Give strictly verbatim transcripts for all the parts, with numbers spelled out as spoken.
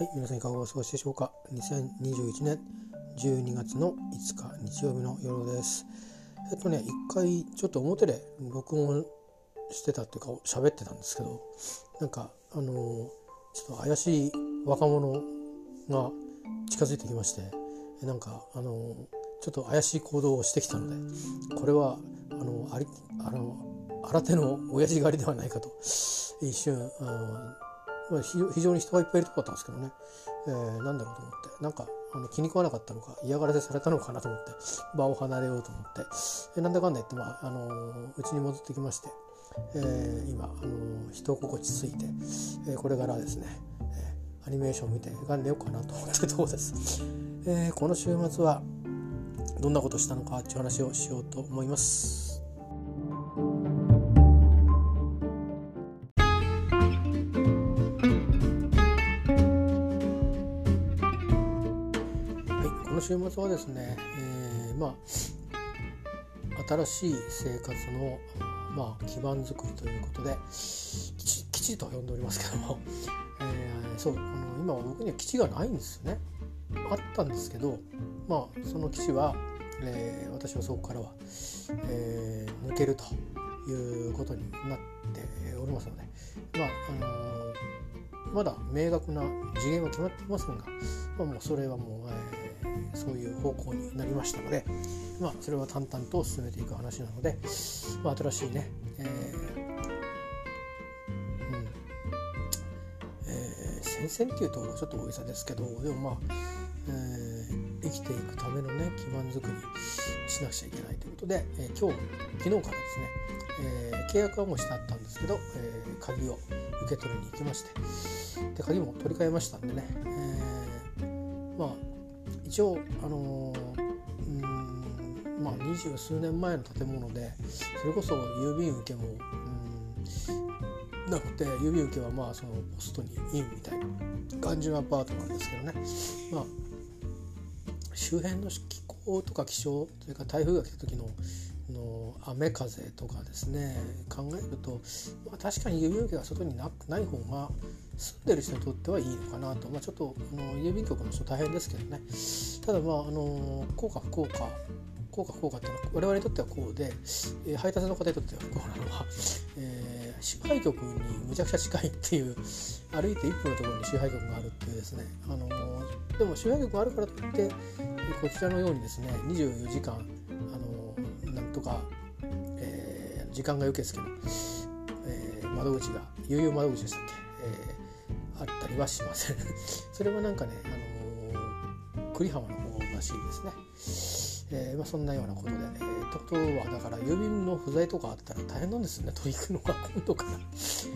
はい、皆さんいかがお過ごしでしょうか。にせんにじゅういちねんじゅうにがつのいつか日曜日の夜です。えっとね一回ちょっと表で録音してたっていうか喋ってたんですけど、なんかあのー、ちょっと怪しい若者が近づいてきまして、なんかあのー、ちょっと怪しい行動をしてきたので、これはあのありあの新手の親父狩りではないかと一瞬あの非常に人がいっぱいいるとこだったんですけどね、えー、なんだろうと思って、なんかあの気に食わなかったのか嫌がらせされたのかなと思って場を離れようと思って、えー、なんだかんだ言って、まああのー、うちに戻ってきまして、えー、今、あのー、人心地ついて、えー、これからですね、えー、アニメーション見てがんでようかなと思ってるところです。えー、この週末はどんなことしたのかっていう話をしようと思います。この週末はですね、えー、まあ新しい生活の、まあ、基盤作りということで基地、基地と呼んでおりますけども、えー、そうあの今は僕には基地がないんですよね。あったんですけど、まあその基地は、えー、私はそこからは、えー、抜けるということになっておりますので、まああのー、まだ明確な次元は決まっていませんが、まあ、もうそれはもう、えーそういう方向になりましたので、まあ、それは淡々と進めていく話なので、まあ、新しいね、えーうんえー、戦線っていうとちょっと大げさですけど、でもまあ、えー、生きていくためのね基盤作りしなくちゃいけないということで、えー、今日昨日からですね、えー、契約はもうしてあったんですけど、えー、鍵を受け取りに行きまして、で鍵も取り替えましたんでね、えー、まあ一応あのー、うーんまあ二十数年前の建物で、それこそ郵便受けもうんなくて、郵便受けはまあそのポストにインみたいな感じのアパートなんですけどね、まあ周辺の気候とか気象、それから台風が来た時のの雨風とかですね考えると、まあ、確かに郵便受けが外に な, ない方が住んでる人にとってはいいのかなと、まあ、ちょっとあの郵便局の人大変ですけどね、ただまああのこうか不幸かこうか不幸かっていうのは我々にとってはこうで、えー、配達の方にとっては不幸なのは、えー、支配局にむちゃくちゃ近いっていう、歩いていっぷんのところに支配局があるっていうですね、あのー、でも支配局があるからといってこちらのようにですねにじゅうよじかんあのなんとか、えー、時間外受付の、えー、窓口が悠々窓口でしたっけ、えー、あったりはしませんそれはなんかね、あのー、栗浜の方らしいですね、えーまあ、そんなようなことで、えー、とことはだから郵便の不在とかあったら大変なんですよね、取り行くのが今度からだ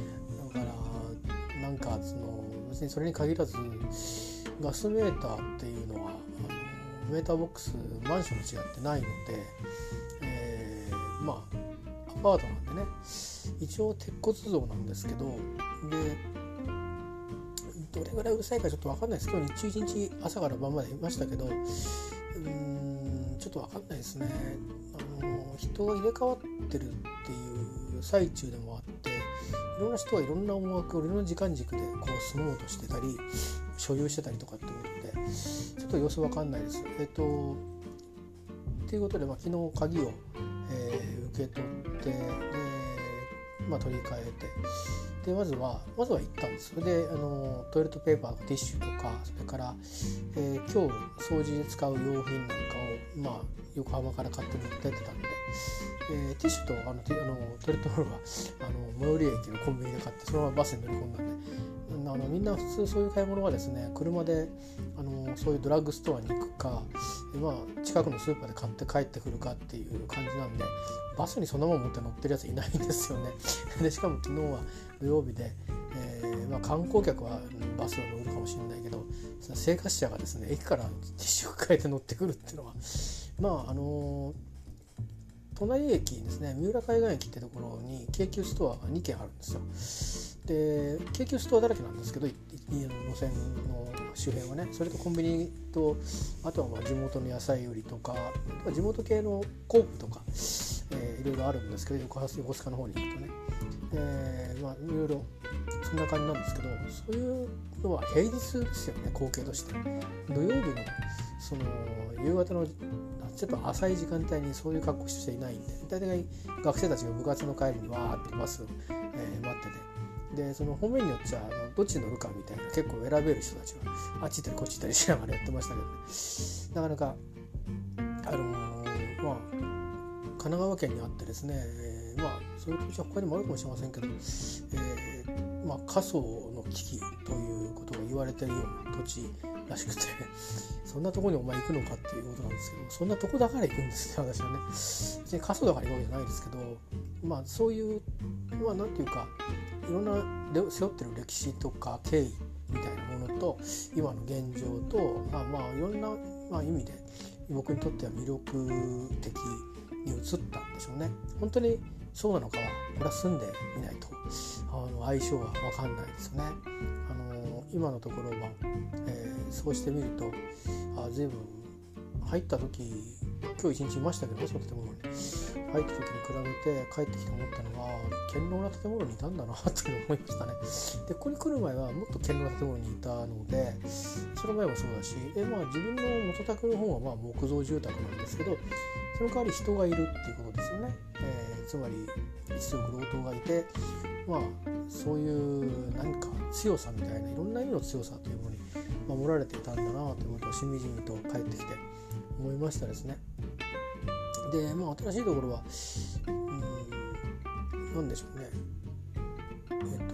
からなんかその別にそれに限らずガスメーターっていうのはあのメーターボックスマンションと違ってないので、えー、まあアパートなんでね一応鉄骨造なんですけど、でどれぐらいうるさいかちょっと分かんないです。今日日中一日朝から晩までいましたけど、うーんちょっと分かんないですね。あの人が入れ替わってるっていう最中でもあって、いろんな人がいろんな思惑をいろんな時間軸でこう住もうとしてたり所有してたりとかっていうことでちょっと様子分かんないです。えっとということで、まあ、昨日鍵を、えー、受け取ってで、まあ、取り替えてでまずはまずは行ったんです。それであのトイレットペーパーティッシュとかそれから、えー、今日掃除で使う用品なんかを、まあ、横浜から買って持ってってたんで、えー、ティッシュとあのティあのトイレットロールはあの最寄り駅のコンビニで買ってそのままバスに乗り込んだんで、あのみんな普通そういう買い物はですね車であのそういうドラッグストアに行くか、まあ、近くのスーパーで買って帰ってくるかっていう感じなんで、バスにそんなもん持って乗ってるやついないんですよねでしかも昨日は土曜日で、えーまあ、観光客はバスを乗るかもしれないけど生活者がですね駅からティッシュを変えて乗ってくるっていうのはまああの隣駅ですね三浦海岸駅ってところに京急ストアがにけんあるんですよ。で京急ストアだらけなんですけど路線の周辺はね、それとコンビニとあとはまあ地元の野菜売りとか地元系のコープとか、えー、いろいろあるんですけど横須賀の方に行くとねえー、まあいろいろそんな感じなんですけど、そういうのは平日ですよね、光景として。土曜日のその夕方のちょっと浅い時間帯にそういう格好していないんで、大体学生たちが部活の帰りにわーってバス、えー、待ってて、でその方面によっちゃあのどっちに乗るかみたいな結構選べる人たちはあっち行ったりこっち行ったりしながらやってましたけどね。なかなかあのー、まあ神奈川県にあってですね、えー、まあそういう土地は他にもあるかもしれませんけど、えー、まあ過疎の危機ということが言われているような土地らしくてそんなところにお前行くのかっていうことなんですけど、そんなとこだから行くんですね、私はね。別に過疎だから行くわけじゃないですけど、まあそういうまあなんていうかいろんな背負ってる歴史とか経緯みたいなものと今の現状と、まあまあいろんな、まあ、意味で僕にとっては魅力的に映ったんでしょうね。本当にそうなのかはこれは住んでみないとあの相性は分かんないですよね。あの今のところは、えー、そうしてみるとあ随分入った時今日一日いましたけどね、その建物に入った時に比べて帰ってきて思ったのは堅牢な建物にいたんだなと思いましたね。でここに来る前はもっと堅牢な建物にいたので、その前もそうだし、で、まあ、自分の元宅の方はまあ木造住宅なんですけど、その代わり人がいるっていうことですよね。えー、つまり一族老頭がいて、まあそういう何か強さみたいないろんな意味の強さというものに守られていたんだなということをしみじみと帰ってきて思いましたですね。で、まあ新しいところは、うん、なんでしょうね。えっと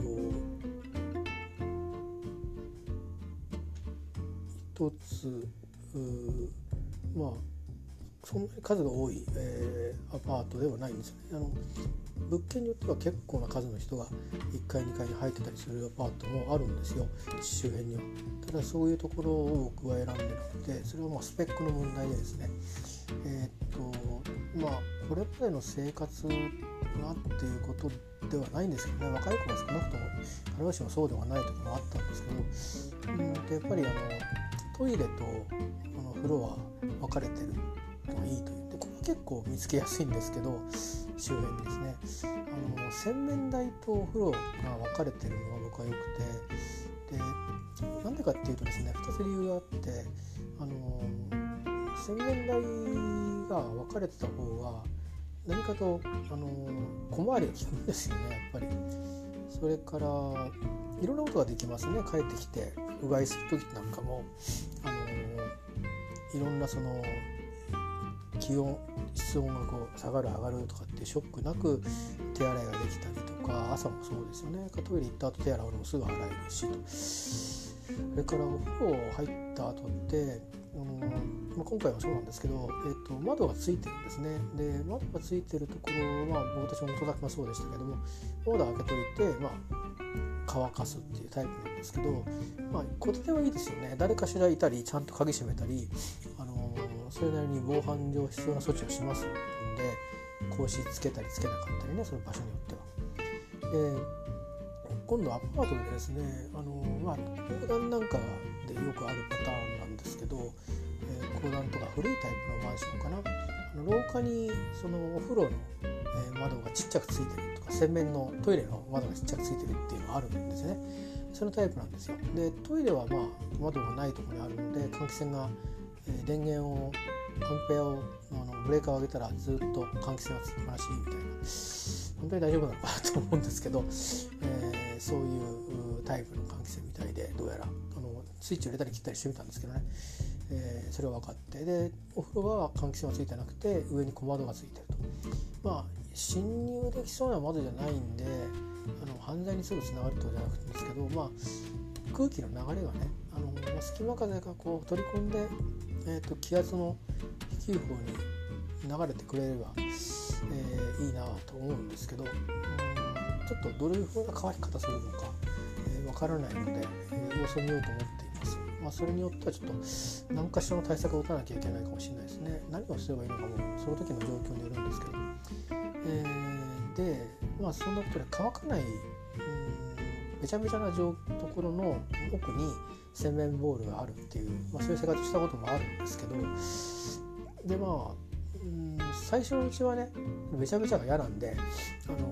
一つまあそんなに数が多い、えー、アパートではないんですよね。あの物件によっては結構な数の人がいっかいにかいに入ってたりするアパートもあるんですよ、周辺には。ただそういうところを僕は選んでなくて、それはまあスペックの問題でですね、えー、っとまあこれまでの生活がっていうことではないんですけどね、若い子が少なくとも必ずしもそうではない時もあったんですけど、うんとやっぱりあのトイレとあの風呂は分かれてるのがいいという。でこれは結構見つけやすいんですけど、周辺にですねあの洗面台とお風呂が分かれてるのが僕は良くて、でなんでかっていうとですね、ふたつ理由があって、あの洗面台が分かれてた方が何かとあの小回りが利くんですよね、やっぱり。それからいろんなことができますね。帰ってきてうがいする時なんかもあのいろんなその気温室温がこう下がる上がるとかってショックなく手洗いができたりとか、朝もそうですよね。トイレ行った後手洗うのもすぐ洗えるしと。それからお風呂入った後ってあの、まあ、今回はそうなんですけど、えー、と窓がついてるんですね。で窓がついてるところは、まあ、私も元々もそうでしたけども、窓開けといて、まあ、乾かすっていうタイプなんですけど、まあ小手手はいいですよね。誰かしらいたりちゃんと鍵閉めたり、あのそれなりに防犯上必要な措置をしますので、格子つけたりつけなかったりね、その場所によっては。で今度アパートでですね、あのまあ公団なんかでよくあるパターンなんですけど、えー、公団とか古いタイプのマンションかな、あの廊下にそのお風呂の、えー、窓がちっちゃくついてるとか、洗面のトイレの窓がちっちゃくついてるっていうのがあるんですね。そのタイプなんですよ。でトイレはまあ窓がないところにあるので、換気扇が、えー、電源をアンペアをあのブレーカーを上げたらずっと換気扇がつきっぱなしみたいな、本当に大丈夫なのかなと思うんですけど、えー、そういうタイプの換気扇みたいで、どうやらあのスイッチを入れたり切ったりしてみたんですけどね、えー、それは分かって、でお風呂は換気扇はついてなくて上に小窓がついてると。まあ侵入できそうな窓じゃないんで、あの犯罪にすぐつながるってことじゃなくてですけど、まあ空気の流れがね、あの、まあ、隙間風がこう取り込んで、えー、と気圧の低い方に流れてくれれば、えー、いいなと思うんですけど、うんちょっとどういう風な変わり方するのか、えー、分からないので、えー、様子を見ようと思っています。まあ、それによってはちょっと何かしらの対策を打たなきゃいけないかもしれないですね。何をすればいいのかもその時の状況によるんですけど、えー、で、まあそんなことで乾かない、うん、べちゃべちゃなところの奥に洗面ボールがあるっていう、まあ、そういう生活したこともあるんですけど、でまあ、うん、最初のうちはねべちゃべちゃが嫌なんで、あの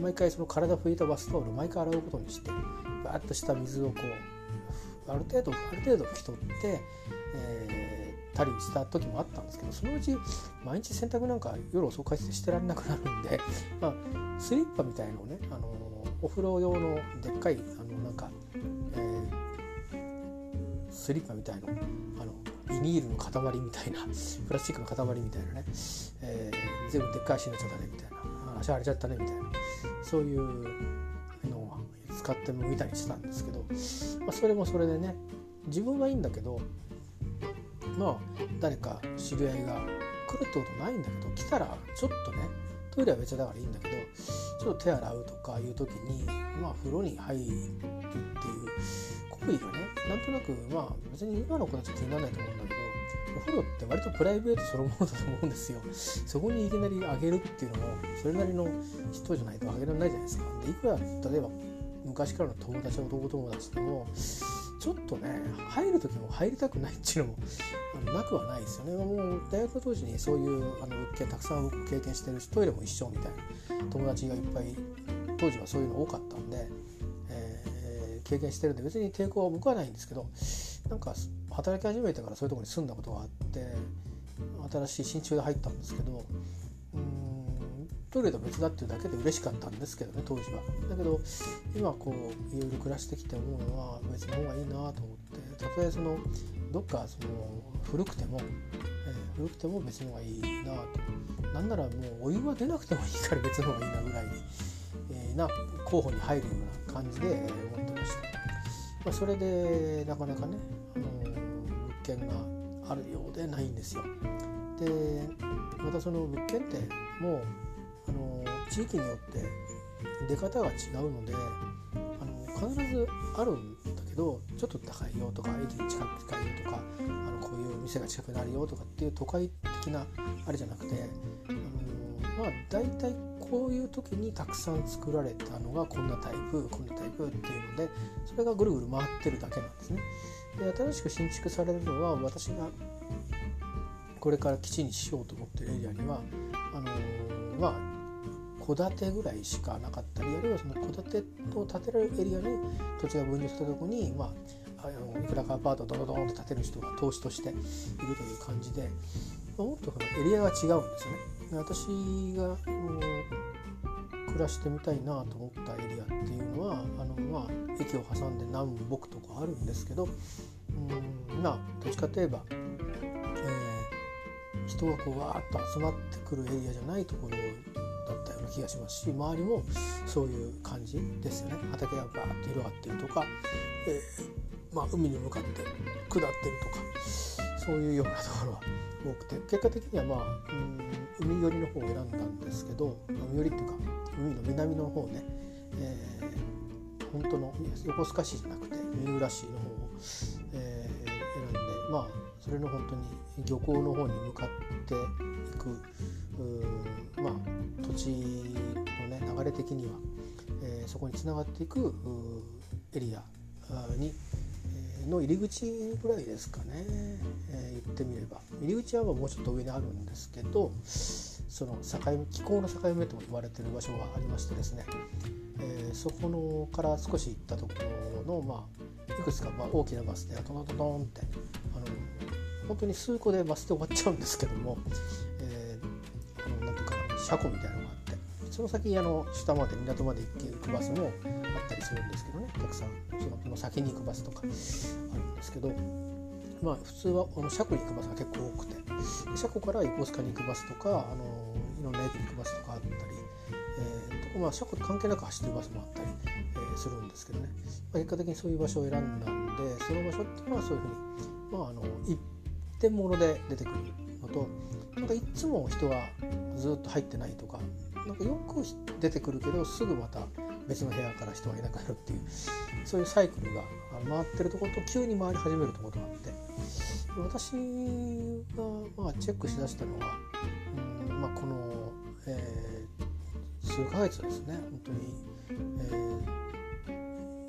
毎回その体拭いたバスタオルを毎回洗うことにしてバーッとした水をこうある程度ある程度拭き取って、えー、たりした時もあったんですけど、そのうち毎日洗濯なんか夜遅く帰ってしてられなくなるんで、まあ、スリッパみたいのをね、あのお風呂用のでっかいあのなんか、えー、スリッパみたいのあのビニールの塊みたいなプラスチックの塊みたいなね、えー、全部でっかい足になっちゃったねみたいな、足荒れちゃったねみたいな、そういうのを使ってみたりしたんですけど、まあ、それもそれでね、自分はいいんだけど、まあ誰か知り合いが来るってことないんだけど、来たらちょっとね、トイレは別だからいいんだけど、ちょっと手洗うとかいう時に、まあ風呂に入るっていう行為がね、なんとなくまあ別に今の子たち気にならないと思うんだけど、お風呂って割とプライベートそのものだと思うんですよ。そこにいきなりあげるっていうのもそれなりの人じゃないとあげられないじゃないですか。でいくら例えば昔からの友達は男友達でもちょっとね、入る時も入りたくないっていうのもあのなくはないですよね。もう大学当時にそういうあの物件たくさん僕経験してるし、トイレも一緒みたいな友達がいっぱい当時はそういうの多かったんで、えー、経験してるんで別に抵抗は僕はないんですけど、なんか働き始めてからそういうところに住んだことがあって、新しい新築で入ったんですけど、うーんトイレと別だっていうだけで嬉しかったんですけどね、当時は。だけど今こういろいろ暮らしてきて思うのは別の方がいいなと思って、たとえそのどっかその古くても、えー、古くても別の方がいいなと。なんならもうお湯は出なくてもいいから別の方がいいなぐらいに、えー、な候補に入るような感じで思ってました。まあ、それでなかなかね、あのー、物件があるようでないんですよ。でまたその物件ってもうあの地域によって出方が違うので、あの必ずあるんだけどちょっと高いよとか駅に近く近いよとか、あのこういう店が近くにあるよとかっていう都会的なあれじゃなくて、あのまあ大体こういう時にたくさん作られたのがこんなタイプこんなタイプっていうので、それがぐるぐる回ってるだけなんですね。で新しく新築されるのは私がこれから基地にしようと思ってるエリアにはあのー、まあ戸建てぐらいしかなかったり、あるいはその戸建てを建てられるエリアに土地が分離したところに、まあ、あのいくらかアパートをドドドンと建てる人が投資としているという感じで、まあ、もっとそのエリアが違うんですよね。私が暮らしてみたいなと思ったエリアっていうのはあの、まあ、駅を挟んで南北とかあるんですけど、うんまあどっちかといえば、えー、人がこうわーっと集まってくるエリアじゃないところだったような気がしますし、周りもそういう感じですよね。畑がバーッと広がっているとか、えーまあ、海に向かって下ってるとか、そういうようなところは多くて、結果的にはまあ、うん、海寄りの方を選んだんですけど、海寄りっていうか海の南の方ね、えー、本当の横須賀市じゃなくて三浦市の方を、えー、選んで、まあそれの本当に漁港の方に向かっていく、まあ土地のね流れ的には、えー、そこに繋がっていくエリアにの入り口ぐらいですかね、えー、言ってみれば入り口はもうちょっと上にあるんですけど、その境気候の境目とも言われている場所がありましてですね、えー、そこのから少し行ったところの、まあ、いくつかまあ大きなバス停がトントントンってあの本当に数個でバス停終わっちゃうんですけども、えー、あのなんていうかな車庫みたいなのがあって、その先あの下まで港まで行くバスもあったりするんですけどね、たくさんその先に行くバスとかあるんですけど、まあ普通はあの車庫に行くバスが結構多くて、車庫から横須賀に行くバスとか、あのいろんな駅に行くバスとかあったり、えーとまあ、車庫と関係なく走ってるバスもあったり、えー、するんですけどね、まあ、結果的にそういう場所を選んだんで、その場所っていうのはそういうふうに、まあ、あの一点物で出てくるのと、なんかいつも人がずっと入ってないとか、なんかよく出てくるけどすぐまた別の部屋から人がいなくなるっていう、そういうサイクルが回ってるところと急に回り始めるところがあって、私がまあチェックしだしたのは、うんまあ、この、えー、数ヶ月ですね、本当に、えー、具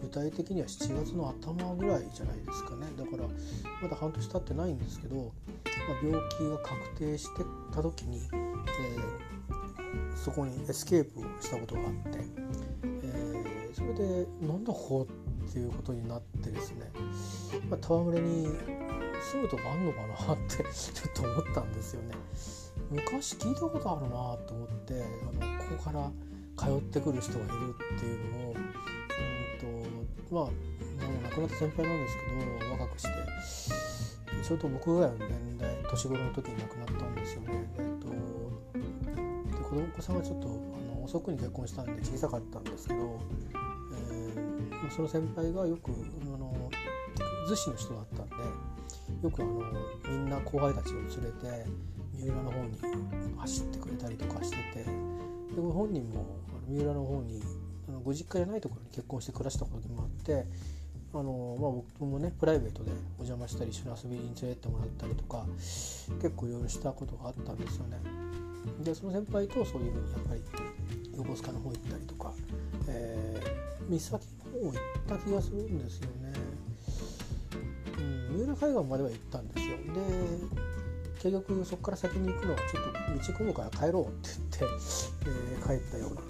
具体的にはしちがつの頭ぐらいじゃないですかね。だからまだ半年経ってないんですけど、まあ、病気が確定してた時に、えー、そこにエスケープをしたことがあって、えー、それでなんだこうっていうことになってですね、まあ、戯れに住むとこあんのかなってちょっと思ったんですよね。昔聞いたことあるなと思って、あのここから通ってくる人がいるっていうのを、うんとまあもう亡くなった先輩なんですけど、若くしてちょうど僕ぐらいの年代年頃の時に亡くなったんですよね。えっとで子供お子さんがちょっとあの遅くに結婚したんで小さかったんですけど、えー、その先輩がよくあの逗子の人だったんで、よくあのみんな後輩たちを連れて三浦の方に走ってくれたりとかしてて、で本人も三浦の方にあのご実家じゃないところに結婚して暮らした時もあって、あの、まあ、僕もねプライベートでお邪魔したり一緒に遊びに連れてってもらったりとか結構いろいろしたことがあったんですよね。でその先輩とそういうふうにやっぱり横須賀の方行ったりとか、えー、三崎の方行った気がするんですよね。うん、三浦海岸までは行ったんですよ。で結局そこから先に行くのはちょっと道混むから帰ろうって言って、えー、帰ったような、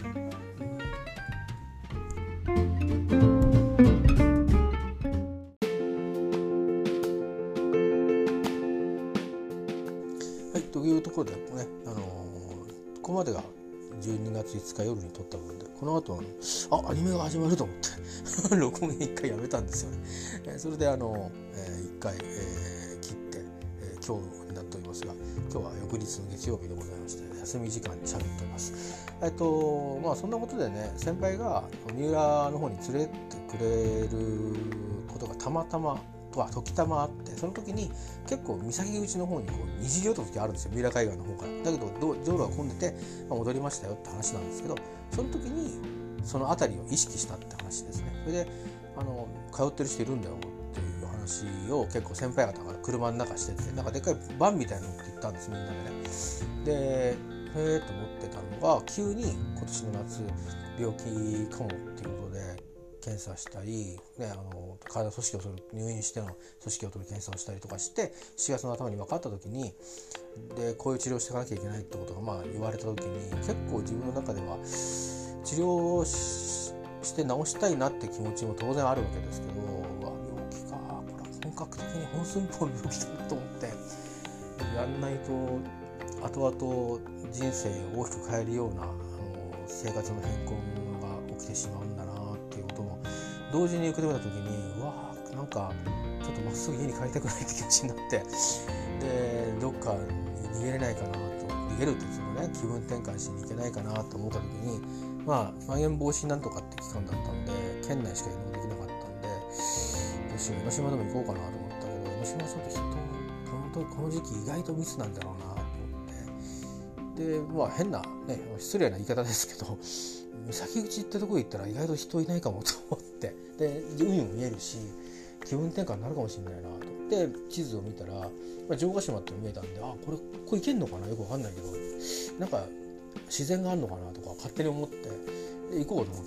はい、というところでね、あのー、ここまでがじゅうにがついつか夜に撮った部分で、この後あアニメが始まると思って録音一回やめたんですよね。えー、それであの、えー、一回、えー、切って、えー、今日になっておりますが、今日は翌日の月曜日でございまして、休み時間に喋っております。えっとまあそんなことでね、先輩が三浦の方に連れてくれることがたまたまとは時たまあって、その時に結構三崎口の方にこう虹寄った時あるんですよ、三浦海岸の方から。だけど道路が混んでて、まあ、戻りましたよって話なんですけど、その時にその辺りを意識したって話ですね。それであの通ってる人いるんだよっていう話を結構先輩方が車の中してて、なんかでっかいバンみたいなのって言ったんです、みんなでね。でへーと思ってたのが、急に今年の夏病気かもっていうことで検査したり、ね、あの体の組織を取る入院しての組織を取る検査をしたりとかして、しちがつの頭に分かった時に、でこういう治療をしていかなきゃいけないってことがまあ言われた時に、結構自分の中では治療を し, して治したいなって気持ちも当然あるわけですけど、うわ病気か、これは本格的に本寸法の病気だなと思って、やんないと後々人生を大きく変えるようなあの生活の変更が起きてしまうんだなっていうことも同時に受け止めた時に、うわーなんかちょっとまっすぐ家に帰りたくないって気持ちになって、でどっかに逃げれないかなと、逃げるって言ってもね、気分転換しに行けないかなと思った時に、まあまん延防止なんとかって期間だったんで県内しか移動できなかったんで、どうしよう江ノ島でも行こうかなと思ったけど、江ノ島はちょっと人本当この時期意外と密なんだろうなと思って、でまあ変なね失礼な言い方ですけど、三崎口ってとこ行ったら意外と人いないかもと思って、で海も見えるし気分転換になるかもしれないなと思って地図を見たら、まあ、城ヶ島って見えたんで、あこれここ行けんのかな、よくわかんないけどなんか自然があるのかなとか勝手に思ってで行こうと思って、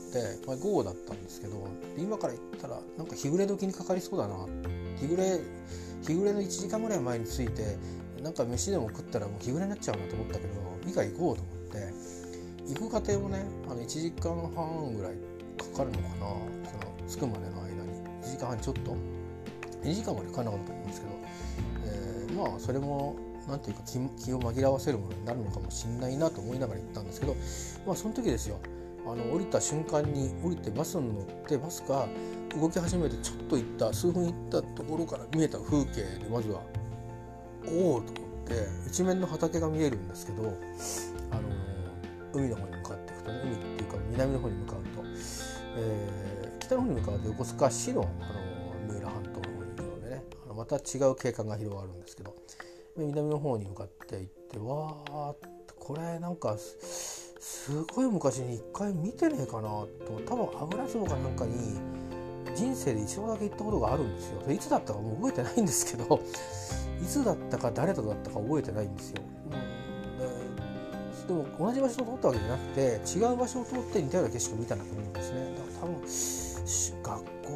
まあ、午後だったんですけど、で今から行ったらなんか日暮れ時にかかりそうだな、日暮れ日暮れのいちじかんぐらい前に着いてなんか飯でも食ったらもう日暮れになっちゃうなと思ったけど、いいから行こうと思って行く過程もね、あのいちじかんはんぐらいかかるのかな、その着くまでの間にいちじかんはんちょっとにじかんまでかかんなかったと思うんですけど、えー、まあそれもなんていうか 気, 気を紛らわせるものになるのかもしれないなと思いながら行ったんですけど、まあその時ですよ、あの降りた瞬間に降りてバスに乗ってバスが動き始めてちょっと行った数分行ったところから見えた風景で、まずはおおと思って、一面の畑が見えるんですけど、あの海の方に向かっていくとね、海っていうか南の方に向かうと、えー、北の方に向かうと横須賀市の、あの三浦半島の方に行くのでね、あのまた違う景観が広がるんですけど、南の方に向かって行って、わーこれなんかすごい昔に一回見てねえかなと、多分油壺かなんかに人生で一度だけ行ったことがあるんですよ。それいつだったかもう覚えてないんですけど、いつだったか誰とだったか覚えてないんですよ。うん、でも同じ場所を通ったわけじゃなくて違う場所を通って似たような景色を見たんだと思うんですね。だから多分学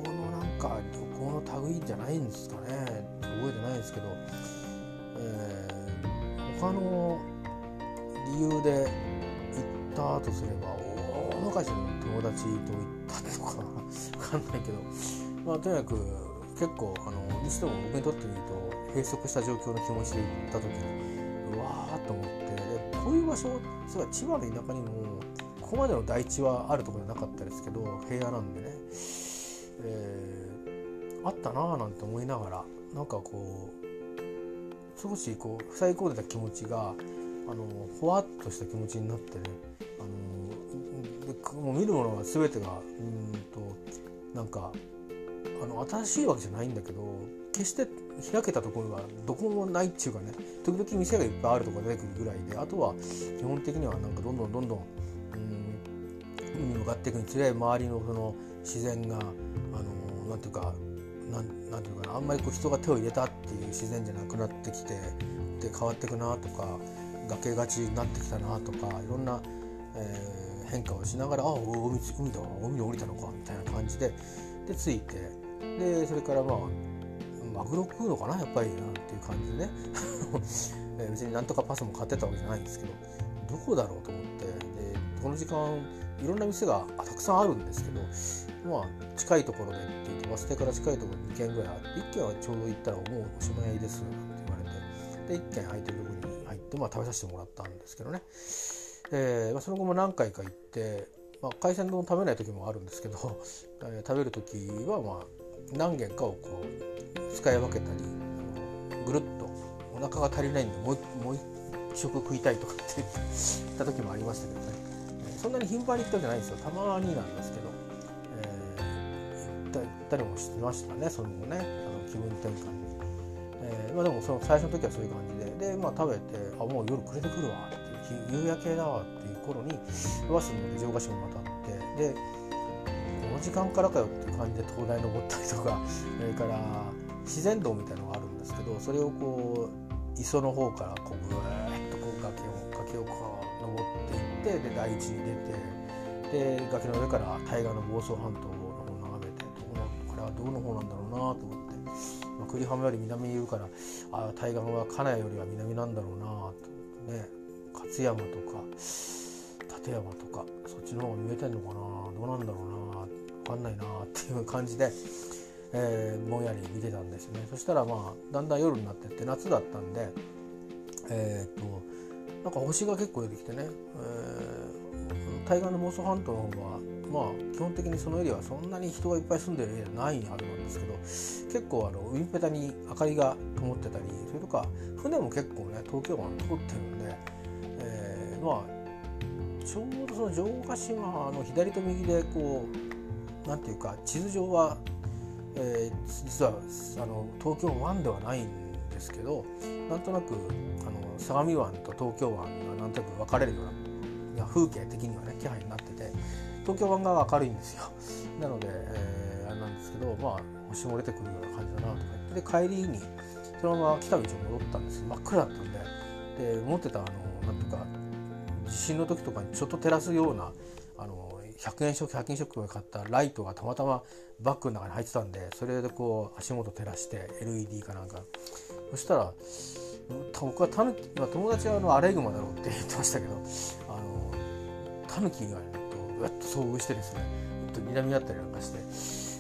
類じゃないんですかね、覚えてないんですけど、えー、他の理由で行ったとすれば大昔の友達と行ったとか分かんないけど、まあ、とにかく結構あのにしても僕にとってみると閉塞した状況の気持ちで行った時にうわーっと思って、でこういう場所、それは千葉の田舎にもここまでの台地はあるところじゃなかったですけど平野なんでね、えー、あったなぁなんて思いながら、なんかこう少しこう塞ぎ込んでた気持ちがあのほわっとした気持ちになってね、あのでもう見るものは全てがうんとなんかあの新しいわけじゃないんだけど、決して開けたところがどこもないっていうかね、時々店がいっぱいあるところが出てくるぐらいで、あとは基本的にはなんかどんどんどんどん海に向かっていくにつれ周りのその自然があのなんていうかなんなんていうかな、あんまりこう人が手を入れたっていう自然じゃなくなってきて、で変わっていくなとか、崖がちになってきたなとか、いろんな、えー、変化をしながら、ああ海海だ海に降りたのかみたいな感じでで着いて、でそれからまあマグロ食うのかなやっぱりなんていう感じでね別になんとかパスも買ってたわけじゃないんですけど、どこだろうと思って、でこの時間いろんな店がたくさんあるんですけど、まあ近いところでっていうとバス停から近いところににけんぐらいあって、いっけんはちょうど行ったらもうおしまいですなんて言われて、でいっけん空いてるところに入って、まあ、食べさせてもらったんですけどね、えーまあ、その後も何回か行って、まあ、海鮮丼食べない時もあるんですけど、えー、食べる時はまあ何軒かをこう使い分けたり、ぐるっとお腹が足りないんでもうもう一食食いたいとかって言った時もありましたけどね、そんなに頻繁に行ったわけじゃないんですよ、たまになんですけど、えー、行った行ったりもしてましたね、その後ね、あの気分転換に、えーまあ、でもその最初の時はそういう感じで、で、まあ、食べて、あもう夜暮れてくるわっていう、夕焼けだわっていう頃にバスに乗って城ヶ島に渡って、でこの時間からかよっていう感じで灯台登ったりとか、それから自然道みたいなのがあるんですけど、それをこう磯の方からこうぐーっとこう崖を崖をこう登っていって、で大地に出て、で崖の上から対岸の房総半島の方を眺めて、どこのこれはどこの方なんだろうなと思って、まあ、久里浜より南にいるから、あ対岸は金谷よりは南なんだろうなとね、勝山とか立山とかそっちの方が見えてんのかな、どうなんだろうな分かんないなっていう感じで、えー、ぼんやり見てたんですね。そしたらまあだんだん夜になってって夏だったんで、えー、っとなんか星が結構出てきてね、えー、対岸の房総半島の方はまあ基本的にそのエリアはそんなに人がいっぱい住んでるエリアないはずなんですけど、結構あの海っぺたに明かりが灯ってたり、それとか船も結構ね東京湾通ってるんで、えー、まあちょうどその城ヶ島の左と右でこうなんていうか地図上は、えー、実はあの東京湾ではないんですけど、なんとなくあの相模湾と東京湾がなんとなく分かれるような風景的にはね気配になってて、東京湾が明るいんですよ。なので、えー、あれなんですけど、まあ星も出てくるような感じだなとか言って、で帰りにそのまま来た道を戻ったんです。真っ暗だったんで、で持ってたあのなんていうか地震の時とかにちょっと照らすようなあのひゃくえんショックひゃくえんショックで買ったライトがたまたまバッグの中に入ってたんで、それでこう足元照らして エルイーディー かなんか、そしたら僕はタヌキ、まあ、友達はあのアライグマだろうって言ってましたけど、あのタヌキ以外とうわっと遭遇してですね、ちょっと睨み合ったりなんかして、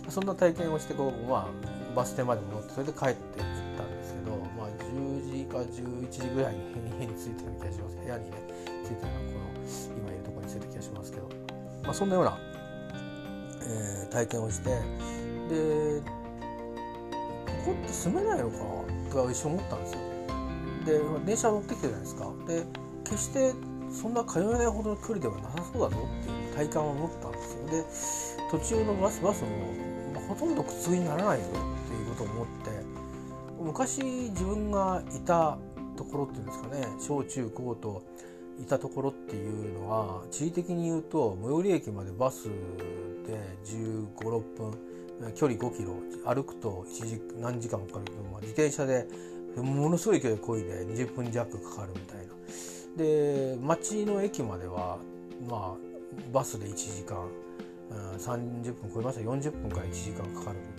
そんな体験をしてこう、まあ、バス停まで戻ってそれで帰っていったんですけど、まあ、じゅうじかじゅういちじぐらいに家に着いたような気がします。部屋にね着いたような、この今いるところに着いた気がしますけど、まあ、そんなような、えー、体験をして、でここって住めないのかと一瞬思ったんですよ。で電車乗ってきてるじゃないですか。で決してそんな通えないほどの距離ではなさそうだぞっていう体感を持ったんですよ。で途中のバスバスも、まあ、ほとんど苦痛にならないぞっていうことを思って、昔自分がいたところっていうんですかね、小中高といたところっていうのは地理的に言うと最寄り駅までバスでじゅうご、ろっぷん、距離ごキロ、歩くといちじ何時間かかるけど、まあ、自転車でものすごい勢いで漕いでにじゅっぷん弱かかるみたいな。で町の駅まではまあバスでいちじかん、うん、さんじゅっぷん超えました、よんじゅっぷんからいちじかんかかる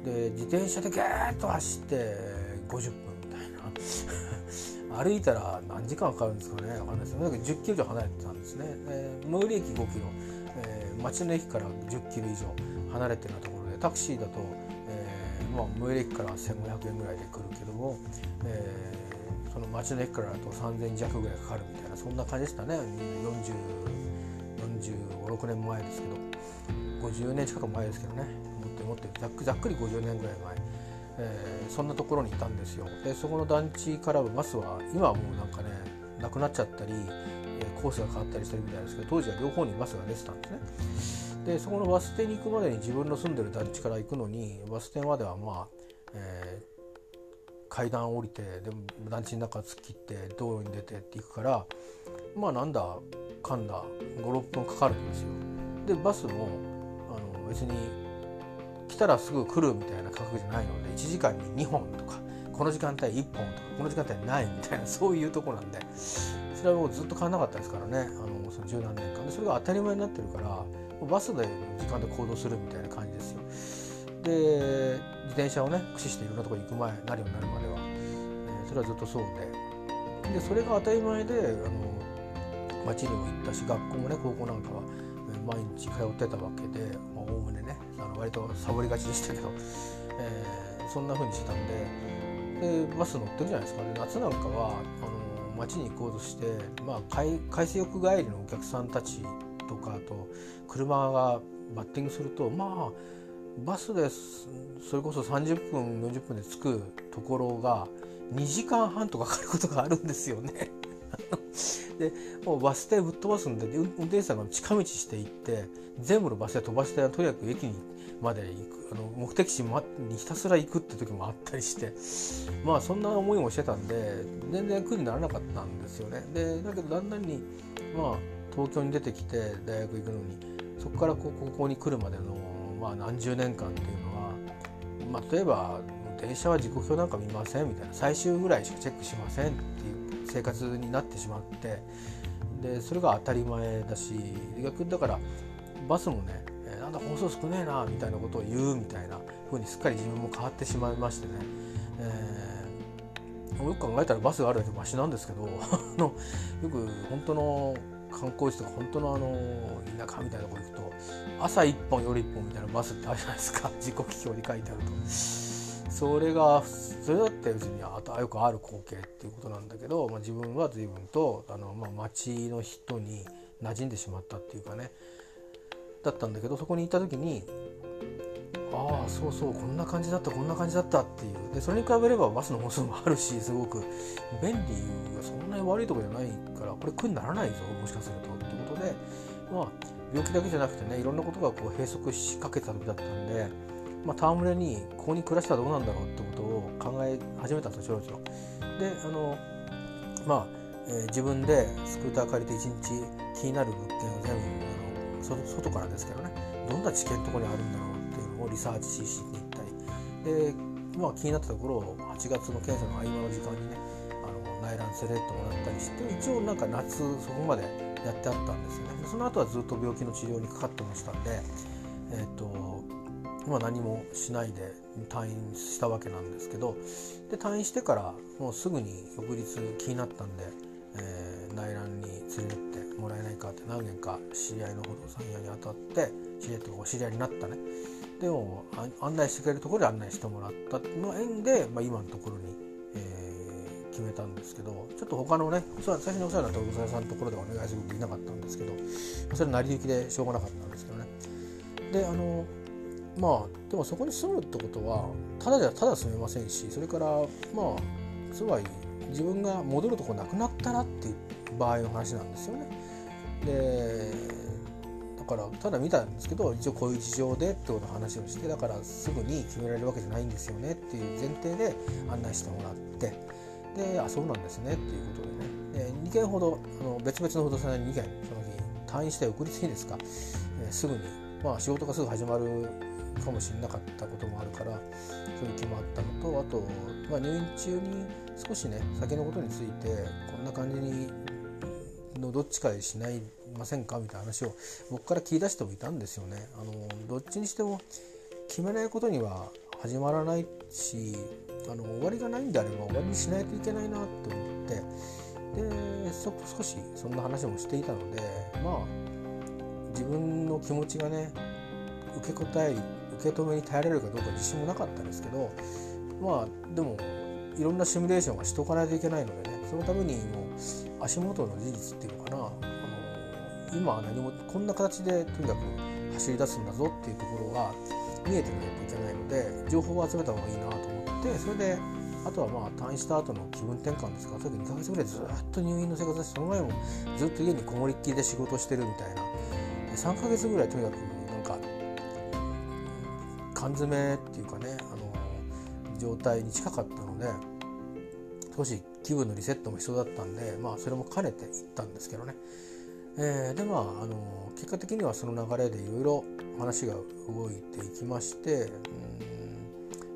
で自転車でゲーッと走ってごじゅっぷんみたいな歩いたら何時間かかるんですかね、分かんないですけどじゅっキロ以上離れてたんですね。えー、最寄り駅ごキロ、えー、町の駅からじゅっキロ以上離れてるようなところでタクシーだと、えーまあ、最寄り駅からせんごひゃくえんぐらいで来るけども、えー、その町の駅からだとさんぜん弱ぐらいかかるみたいな、そんな感じでしたね。よんじゅうご、ろくねんまえですけど、ごじゅうねん近く前ですけどね、持って持ってざっくざっくりごじゅうねんぐらい前、えー、そんなところにいたんですよ。でそこの団地からバスは今はもうなんかねなくなっちゃったり、えー、コースが変わったりしてるみたいですけど、当時は両方にバスが出てたんですね。でそこのバス停に行くまでに自分の住んでる団地から行くのにバス停まではまあ、えー、階段降りてで団地の中突っ切って道路に出てって行くからまあなんだかんだご、ろっぷんかかるんですよ。でバスもあの別に来たらすぐ来るみたいな価格じゃないのでいちじかんににほんとかこの時間帯いっぽんとかこの時間帯ないみたいなそういうとこなんで、それはもうずっと変わらなかったですからね、あのその十何年間でそれが当たり前になってるからバスで時間で行動するみたいな感じですよ。で自転車をね駆使していろんなところに行く前なるようになるまでは、えー、それはずっとそうで、でそれが当たり前であの街にも行ったし学校もね高校なんかは毎日通ってたわけでおおむねねあの割とサボりがちでしたけど、えー、そんな風にしてたんで、でバス乗ってるじゃないですか。で夏なんかはあの街に行こうとして、まあ、海, 海水浴帰りのお客さんたちとかあと車がバッティングするとまあバスでそれこそさんじゅっぷんよんじゅっぷんで着くところがにじかんはんとかかかることがあるんですよね。でもうバス停ぶっ飛ばすんで運転手さんが近道していって全部のバス停飛ばしてとにかく駅にまで行くあの目的地にひたすら行くって時もあったりして、まあそんな思いもしてたんで全然苦にならなかったんですよね。でだけどだんだんにまあ東京に出てきて大学行くのにそこからこここに来るまでの、まあ、何十年間っていうのは、まあ、例えば電車は時刻表なんか見ませんみたいな最終ぐらいしかチェックしませんっていう生活になってしまって、でそれが当たり前だし逆にだからバスもね、えー、なんだ本数少ねえなみたいなことを言うみたいな風にすっかり自分も変わってしまいましてね、えー、よく考えたらバスがあるだけマシなんですけどよく本当の観光地とか本当のあの田舎みたいなところ行くと朝いっぽん夜いっぽんみたいなバスってあるじゃないですか時刻表に書いてあると。それがそれだって別によくある光景っていうことなんだけど、まあ、自分は随分とあの、まあ、街の人に馴染んでしまったっていうかねだったんだけど、そこに行った時にああそうそうこんな感じだったこんな感じだったっていう、でそれに比べればバスの本数もあるしすごく便利がそんなに悪いところじゃないからこれ苦にならないぞもしかするとっていうことで、まあ病気だけじゃなくてねいろんなことがこう閉塞しかけた時だったんで、まあ、戯れにここに暮らしたらどうなんだろうってことを考え始めたんですよちょろちょろ。であのまあ、えー、自分でスクーター借りていちにち気になる物件を全部あの 外, 外からですけどねどんな地形のところにあるんだろうっていうのをリサーチしに行ったりで、まあ、気になったところをはちがつの検査の合間の時間にねあの内覧連れてってもらったりして一応なんか夏そこまでやってあったんですよね。その後はずっと病気の治療にかかってましたんで、えーとまあ、何もしないで退院したわけなんですけど、で退院してからもうすぐに翌日気になったんで、えー、内覧に連れてってもらえないかって何件か知り合いの不動産屋に当たって知り合いというかお知り合いになったね。でも案内してくれるところで案内してもらったの縁で、まあ、今のところに、えー、決めたんですけど、ちょっと他のね最初にお世話になった不動産屋さんのところでお願いすることできなかったんですけど、それ成り行きでしょうがなかったんですけどね。であのまあでもそこに住むってことはただじゃただ住めませんし、それからまあつまり自分が戻るとこなくなったらっていう場合の話なんですよね。でだからただ見たんですけど一応こういう事情でってことの話をして、だからすぐに決められるわけじゃないんですよねっていう前提で案内してもらって、であそうなんですねっていうことでね、でにけんほどあの別々の不動産屋ににけんその日退院して翌日にですか、えー、すぐにまあ仕事がすぐ始まるかもしれなかったこともあるからそれ決まったのと、あと、まあ、入院中に少しね先のことについてこんな感じにのどっちかでしないませんかみたいな話を僕から聞き出してもいたんですよね。あのどっちにしても決めないことには始まらないし、あの終わりがないんであれば終わりにしないといけないなと思って、でそ少しそんな話もしていたので、まあ自分の気持ちがね受け答え受け止めに耐えられるかどうか自信もなかったんですけど、まあでもいろんなシミュレーションはしとかないといけないのでね、そのためにもう足元の事実っていうのかな、あの今は何もこんな形でとにかく走り出すんだぞっていうところが見えてないといけないので、情報を集めた方がいいなと思って、それであとはまあ退院した後の気分転換ですから、それでにかげつぐらいずっと入院の生活で、その前もずっと家にこもりっきりで仕事してるみたいな、さんかげつぐらいとにかくなんか缶詰っていうかね、あの状態に近かったので、少し気分のリセットも必要だったんで、まあそれも兼ねていったんですけどね。えー、でまああの結果的にはその流れでいろいろ話が動いていきまして、うん、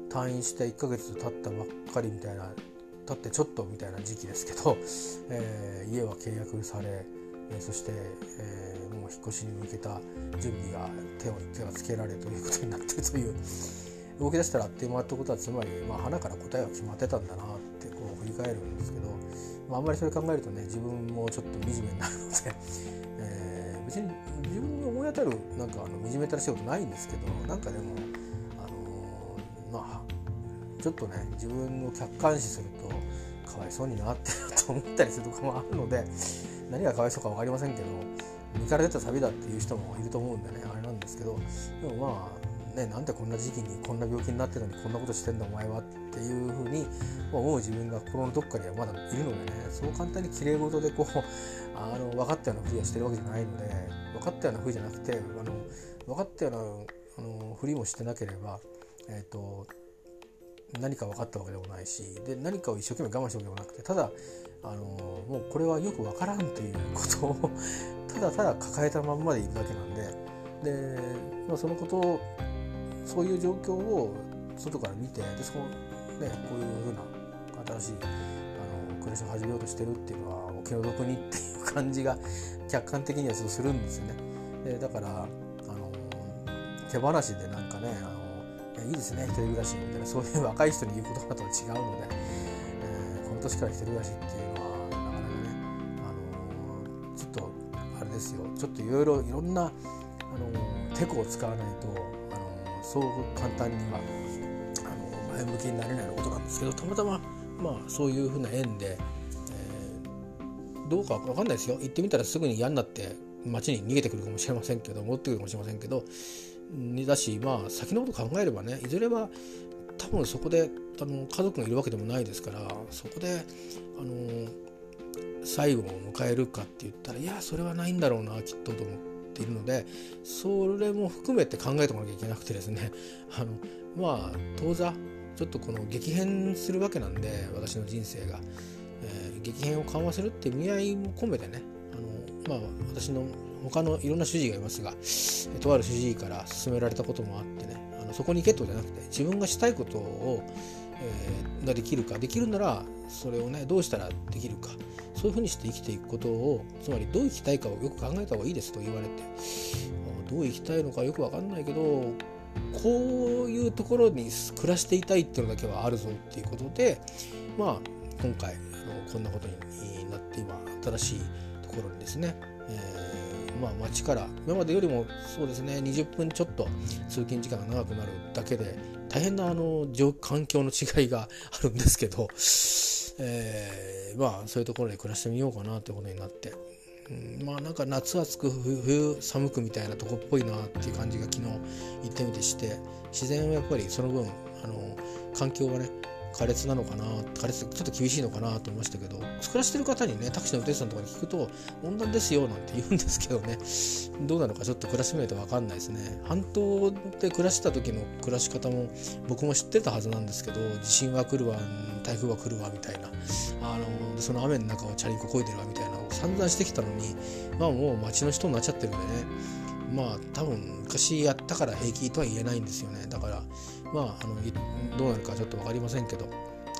退院していっかげつ経ったばっかりみたいな、経ってちょっとみたいな時期ですけど、えー、家は契約され、えー、そして、えー、もう引っ越しに向けた準備が手を手がつけられということになっているという、動き出したらあっという間ってことは、つまり、まあ、花から答えは決まってたんだなってこう振り返るんですけど、まあ、あんまりそれ考えるとね、自分もちょっと惨めになるので、えー、別に自分に思い当たるなんかあの惨めたらしいことないんですけど、なんかでも、あのー、まあちょっとね自分を客観視するとかわいそうになってると思ったりするところもあるので、何がかわいそうか分かりませんけど、身から出た旅だっていう人もいると思うんでね、あれなんですけど、でもまあね、なんでこんな時期にこんな病気になってるのにこんなことしてんだお前はっていうふうに思う自分が心のどっかにはまだいるのでね、そう簡単に綺麗事でこうあの分かったようなふりをしてるわけじゃないので、分かったようなふりじゃなくて、あの分かったようなあのふりもしてなければ、えーと、何か分かったわけでもないし、で何かを一生懸命我慢したわけでもなくて、ただあのもうこれはよく分からんということをただただ抱えたまんまでいるだけなんで、で、まあ、そのことをそういう状況を外から見て、でその、ね、こういう風な新しいあの暮らしを始めようとしてるっていうのはお気の毒にっていう感じが客観的にはちょっとするんですよね。でだからあの手放しでなんかね、あのいいですね一人暮らしみたいな、そういう若い人に言う言葉とは違うので、えー、この年から一人暮らしっていうのはなかなかね、あのちょっとあれですよ、ちょっといろいろいろんなあのテコを使わないとそう簡単にはあの前向きになれないことなんですけど、たまたままあそういうふうな縁で、えー、どうか分かんないですよ。行ってみたらすぐに嫌になって街に逃げてくるかもしれませんけど、戻ってくるかもしれませんけど、だし、まあ先のこと考えればね、いずれは多分そこであの家族がいるわけでもないですから、そこであの最後を迎えるかって言ったら、いやそれはないんだろうなきっとと思って。いるので、それも含めて考えておかなきゃいけなくてですね、あのまあ当座ちょっとこの激変するわけなんで、私の人生が、えー、激変を緩和するっていう意味合いも込めてね、あのまあ私の他のいろんな主治医がいますが、とある主治医から勧められたこともあってね、あのそこに行けとじゃなくて、自分がしたいことを、えー、ができるか、できるならそれをねどうしたらできるか、そういうふうにして生きていくことを、つまりどう生きたいかをよく考えた方がいいですと言われて、どう生きたいのかよく分かんないけど、こういうところに暮らしていたいっていうのだけはあるぞっていうことで、まあ今回あのこんなことになって、今新しいところにですね、えー、まあ街から今までよりもそうですねにじゅっぷんちょっと通勤時間が長くなるだけで大変なあの環境の違いがあるんですけど、えー、まあそういうところで暮らしてみようかなということになって、うん、まあなんか夏暑く冬寒くみたいなとこっぽいなっていう感じが昨日行ってみてして、自然はやっぱりその分あの環境がね苛烈なのかな、苛烈ちょっと厳しいのかなと思いましたけど、暮らしてる方にねタクシーの運転手さんとかに聞くと温暖ですよなんて言うんですけどね、どうなのかちょっと暮らしてみないと分かんないですね。半島で暮らしてた時の暮らし方も僕も知ってたはずなんですけど、地震は来るわ、台風は来るわみたいな、あのその雨の中をチャリンコ漕いでるわみたいなのを散々してきたのに、まあもう町の人になっちゃってるんでね、まあ多分昔やったから平気とは言えないんですよね。だからまあ、あのどうなるかちょっと分かりませんけど、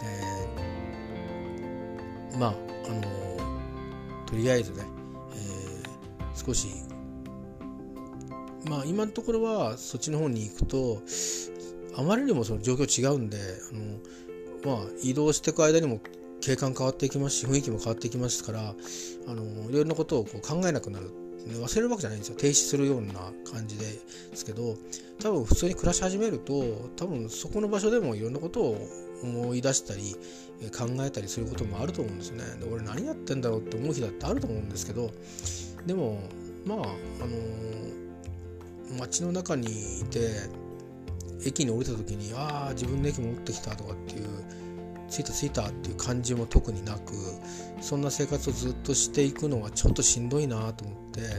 えー、まああのとりあえずね、えー、少しまあ今のところはそっちの方に行くとあまりにもその状況違うんで、あの、まあ、移動していく間にも景観変わっていきますし、雰囲気も変わっていきますから、あのいろんなことをこう考えなくなる、忘れるわけじゃないんですよ。停止するような感じですけど、多分普通に暮らし始めると、多分そこの場所でもいろんなことを思い出したり考えたりすることもあると思うんですね。で、俺何やってんだろうって思う日だってあると思うんですけど、でもまあ、あのー、街の中にいて駅に降りた時に、ああ自分の駅戻ってきたとかっていう、着いた着いたっていう感じも特になく、そんな生活をずっとしていくのはちょっとしんどいなと思って、で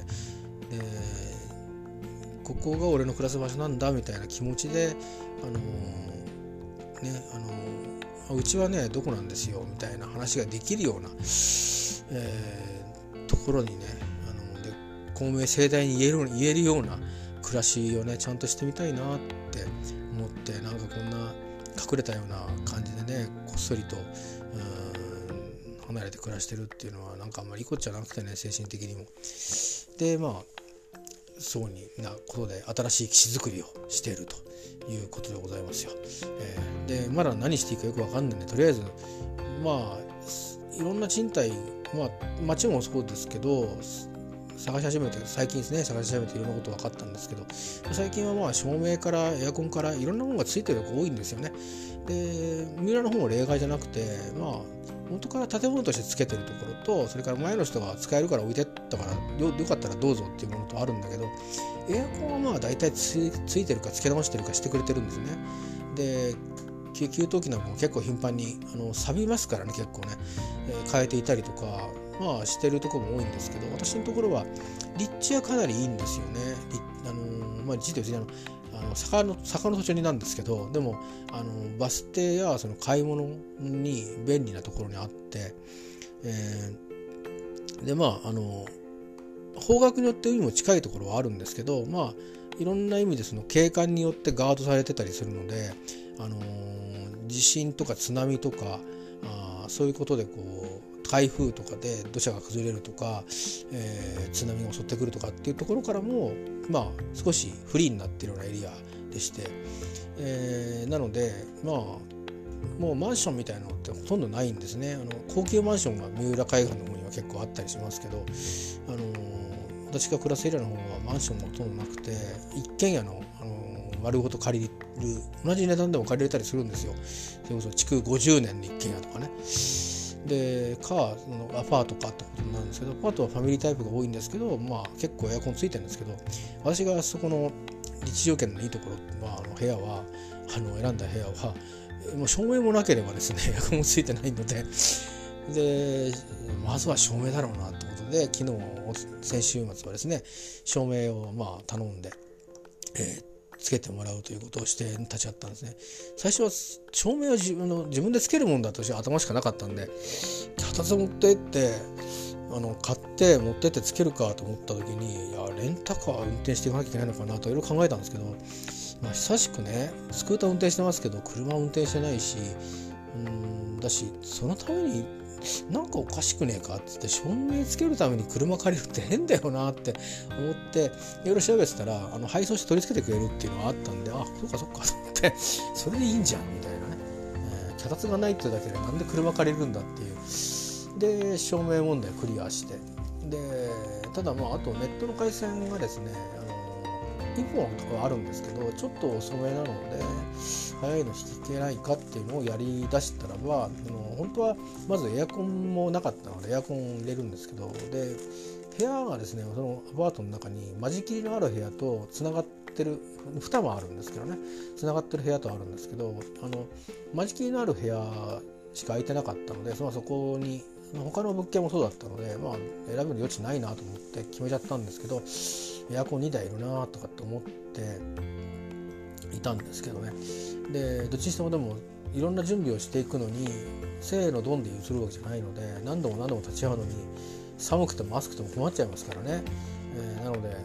ここが俺の暮らす場所なんだみたいな気持ちで、あのー、ねあのー、うちはねどこなんですよみたいな話ができるような、えー、ところにね、あのー、で公明正大に言える、言えるような暮らしをねちゃんとしてみたいなって思って、なんかこんな隠れたような感じでねこっそりと離れて暮らしてるっていうのはなんかあんまりいいことじゃなくてね、精神的にも。でまあそうになことで新しい基地作りをしているということでございますよ。えー、でまだ何していいかよく分かんないんで、とりあえずまあいろんな賃貸、まあ町もそうですけど探し始めて、最近ですね探し始めていろんなこと分かったんですけど、最近はまあ照明からエアコンからいろんなものがついてるところ多いんですよね。で三浦の方も例外じゃなくて、まあ元から建物としてつけてるところと、それから前の人が使えるから置いてったからよ, よかったらどうぞっていうものとあるんだけど、エアコンはまあ大体 つ, ついてるかつけ直してるかしてくれてるんですね。で給湯器なんかも結構頻繁にあの錆びますからね、結構ね、えー、変えていたりとかまあしてるところも多いんですけど、私のところは立地はかなりいいんですよね。あのー、まあ実はあの坂の坂の途中になんですけど、でもあのバス停やその買い物に便利なところにあって、えー、でまああの方角によって海も近いところはあるんですけど、まあいろんな意味でその景観によってガードされてたりするので、あのー、地震とか津波とかあそういうことでこう台風とかで土砂が崩れるとか、えー、津波が襲ってくるとかっていうところからもまあ少しフリーになっているようなエリアでして、えー、なのでまあもうマンションみたいなのってほとんどないんですね。あの高級マンションが三浦海岸の方には結構あったりしますけど、あのー、私が暮らすエリアの方はマンションもほとんどなくて、一軒家の、あのー、丸ごと借りる同じ値段でも借りれたりするんですよ。それこそ築ごじゅうねんの一軒家とかね。でかアパートかってことになるんですけど、アパートはファミリータイプが多いんですけど、まあ結構エアコンついてるんですけど、私がそこの立地条件のいいところ、まあ、あの部屋はあの選んだ部屋はもう照明もなければですねエアコンもついてないので、でまずは照明だろうなってことで、昨日先週末はですね照明をまあ頼んで、えーつけてもらうということをして立ち会ったんですね。最初は照明は自分の自分でつけるもんだとして頭しかなかったんで、脚立を持ってってあの買って持ってってつけるかと思った時に、いやレンタカー運転していかなきゃいけないのかなといろいろ考えたんですけど、まあ、久しくねスクーター運転してますけど車運転してないし、うーんだしそのためになんかおかしくねえかっつって、照明つけるために車借りるって変だよなって思っていろいろ調べてたら、あの配送して取り付けてくれるっていうのがあったんで、あそっかそっかと思ってそれでいいんじゃんみたいなね、えー、脚立がないってだけでなんで車借りるんだっていう。で照明問題クリアして、でただまああとネットの回線がですね、あのいっぽんあるんですけどちょっと遅めなので早いの引けないかっていうのをやりだしたらば、あの本当はまずエアコンもなかったのでエアコン入れるんですけど、で部屋がですねそのアパートの中に間仕切りのある部屋とつながってるにもあるんですけどね、つながってる部屋とあるんですけど、あの間仕切りのある部屋しか空いてなかったので、そ, そこに他の物件もそうだったので、まあ、選ぶ余地ないなと思って決めちゃったんですけど、エアコンにだいいるなとかって思っていたんですけどね。でどっちにしてもでもいろんな準備をしていくのにせーのドンで移るわけじゃないので、何度も何度も立ち会うのに寒くても暑くても困っちゃいますからね、えー、なので、あのー、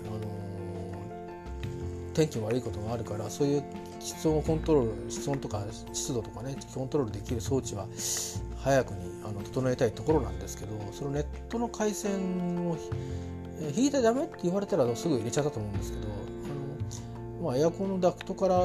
天気悪いことがあるから、そういう室温をコントロール、室温とか湿度とかねコントロールできる装置は早くにあの整えたいところなんですけど、そのネットの回線を引いてダメって言われたらすぐ入れちゃったと思うんですけど、あの、まあ、エアコンのダクトから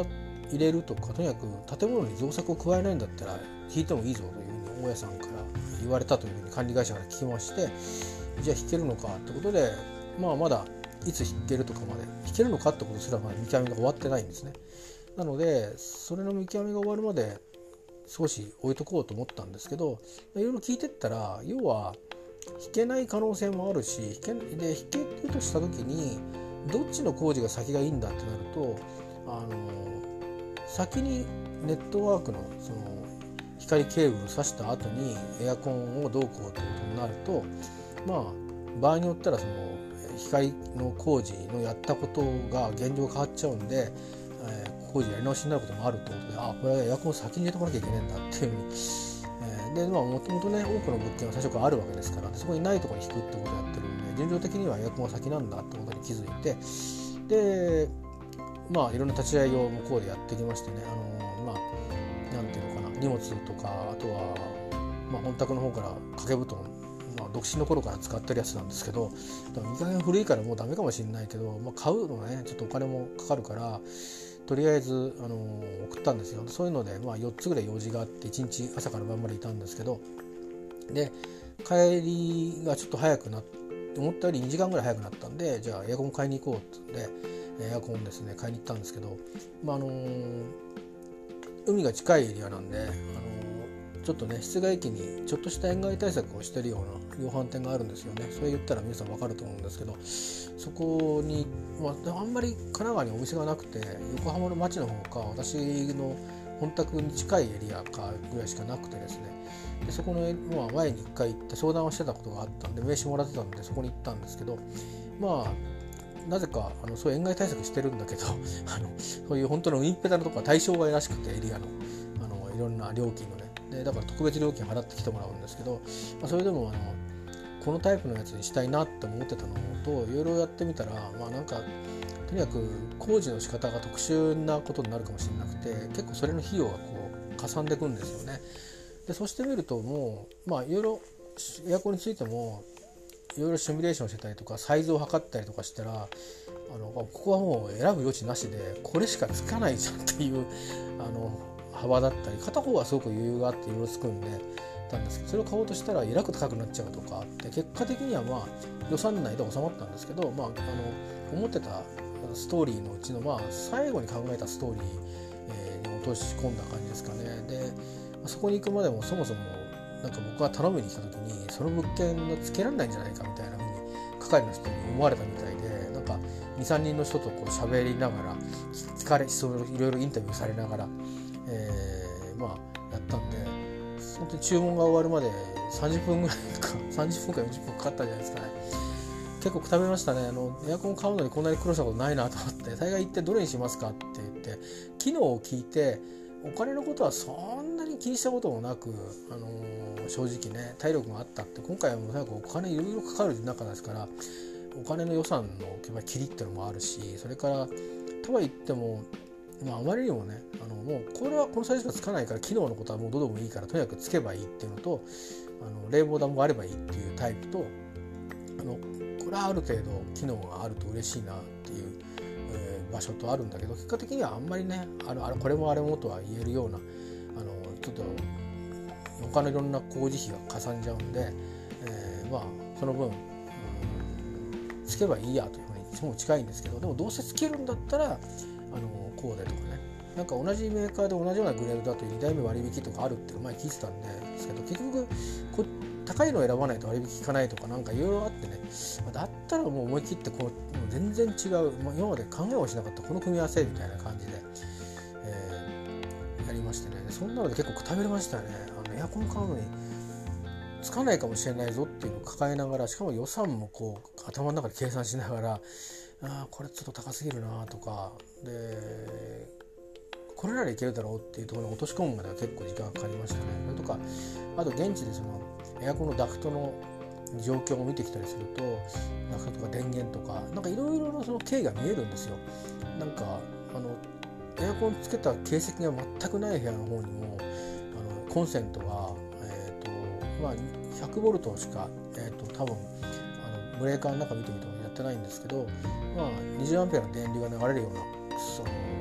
入れるとか、とにかく建物に造作を加えないんだったら引いてもいいぞというふうに大家さんから言われたというふうに管理会社から聞きまして、じゃあ引けるのかってことで、まあまだいつ引けるとかまで引けるのかってことすらまだ見極めが終わってないんですね。なのでそれの見極めが終わるまで少し置いとこうと思ったんですけど、いろいろ聞いてったら、要は引けない可能性もあるし、引けで引けるとした時にどっちの工事が先がいいんだってなると、あの先にネットワークのその光ケーブルを挿した後にエアコンをどうこうということになると、まあ場合によったらその光の工事のやったことが現状が変わっちゃうんで、えー、工事やり直しになることもあるということで、あ、これはエアコンを先に入れとかなきゃいけないんだっていうふうに、えー、でまあもともとね多くの物件は最初からあるわけですから、そこにないところに引くってことをやってるんで、順序的にはエアコンは先なんだってことに気づいて、でまあいろんな立ち会いを向こうでやってきましてね、あのー、まあなんていうのかな、荷物とか、あとは、まあ、本宅の方から掛け布団、まあ、独身の頃から使ってるやつなんですけど、いい加減古いからもうダメかもしれないけど、まあ、買うのはねちょっとお金もかかるから、とりあえず、あのー、送ったんですよ。そういうので、まあ、よっつぐらい用事があっていちにち朝から晩までいたんですけど、で帰りがちょっと早くなって思ったよりにじかんぐらい早くなったんで、じゃあエアコン買いに行こうって言うんでエアコンですね買いに行ったんですけど、まああのー、海が近いエリアなんで、あのー、ちょっとね室外機にちょっとした塩害対策をしてるような量販店があるんですよね。それ言ったら皆さん分かると思うんですけど、そこに、まあ、あんまり神奈川にお店がなくて、横浜の町の方か私の本宅に近いエリアかぐらいしかなくてですね、でそこの、まあ、前にいっかい行って相談をしてたことがあったんで名刺もらってたんでそこに行ったんですけど、まあなぜかあのそういう塩害対策してるんだけどあのそういう本当の海っぺたのところは対象外らしくて、エリアの、あのいろんな料金のね、でだから特別料金払ってきてもらうんですけど、まあ、それでもあのこのタイプのやつにしたいなって思ってたのと、いろいろやってみたら、まあなんかとにかく工事の仕方が特殊なことになるかもしれなくて、結構それの費用がこうかさんでいくんですよね。でそうしてみると、もうまあいろいろエアコンについてもいろいろシミュレーションしてたりとか、サイズを測ったりとかしたら、あのここはもう選ぶ余地なしでこれしかつかないじゃんっていうあの幅だったり、片方はすごく余裕があっていろいろつくんでたんですけど、それを買おうとしたらえらく高くなっちゃうとかで、結果的にはまあ予算内で収まったんですけど、まあ、あの思ってたストーリーのうちのまあ最後に考えたストーリーに落とし込んだ感じですかね。でそこに行くまでもそもそもなんか僕が頼みに来た時にその物件がつけられないんじゃないかみたいな風に係の人に思われたみたいで、なんか にさんにんの人とこう喋りながら聞かれ、いろいろインタビューされながら、えー、まあやったんで、本当に注文が終わるまでさんじゅっぷんぐらいかさんじゅっぷんかよんじゅっぷんかかったんじゃないですかね。結構食べましたね。あのエアコン買うのにこんなに苦労したことないなと思って、大概行ってどれにしますかって言って機能を聞いて、お金のことはそんなに気にしたこともなく、あのー、正直ね体力があったって、今回はもうなんかお金いろいろかかる中ですから、お金の予算の切りっていうのもあるし、それからとは言っても、まあ、あまりにもね、あのもうこれはこのサイズしかつかないから機能のことはもうどうでもいいからとにかくつけばいいっていうのと、あの冷房暖房あればいいっていうタイプと、あのこれはある程度機能があると嬉しいなっていう、えー、場所とあるんだけど、結果的にはあんまりね、あのあれこれもあれもとは言えるような、あのちょっと他のいろんな工事費がかさんじゃうんで、えー、まあその分、うん、つけばいいやというふうにも近いんですけど、でもどうせつけるんだったらあのこうでとかね、なんか同じメーカーで同じようなグレードだとにだいめ割引とかあるって前聞いてたんですけど、結局こ高いのを選ばないと割引効かないとかなんかいろいろあってね、だったらもう思い切ってこう全然違う、まあ、今まで考えもしなかったこの組み合わせみたいな感じで、えー、やりましてね。そんなので結構食べれましたよね。あのエアコン買うのにつかないかもしれないぞっていうのを抱えながら、しかも予算もこう頭の中で計算しながら、あこれちょっと高すぎるなとかで、これならいけるだろうっていうところに落とし込むまでは結構時間がかかりましたね。それとかあと現地でそのエアコンのダクトの状況を見てきたりすると、ダクトとか電源とかなんかいろいろなその経緯が見えるんですよ。なんかあのエアコンつけた形跡が全くない部屋の方にもあのコンセントが、えーとまあ、ひゃくボルトしか、えーと多分あのブレーカーの中見てみてもやってないんですけど、まあ、にじゅうアンペアの電流が流れるようなそのコ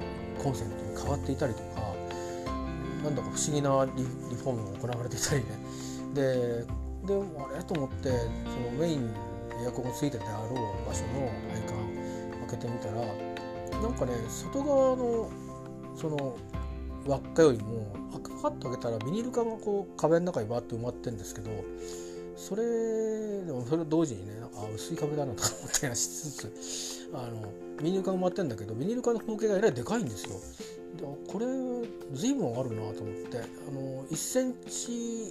コンセントに変わっていたりとか、なんだか不思議な リ, リフォームが行われていたりね。でであれと思って、そのメインエアコンがついててあろう場所の配管開けてみたら、なんかね外側のその輪っかよりもパッと開けたらビニール管がこう壁の中にバーッと埋まってるんですけど、それでもそれ同時にね、なんか薄い壁だなとか思ったりしつつ、あのビニール管が埋まってるんだけど、ビニール管の口径がえらいでかいんですよ。でこれ随分あるなと思って、あのいっセンチ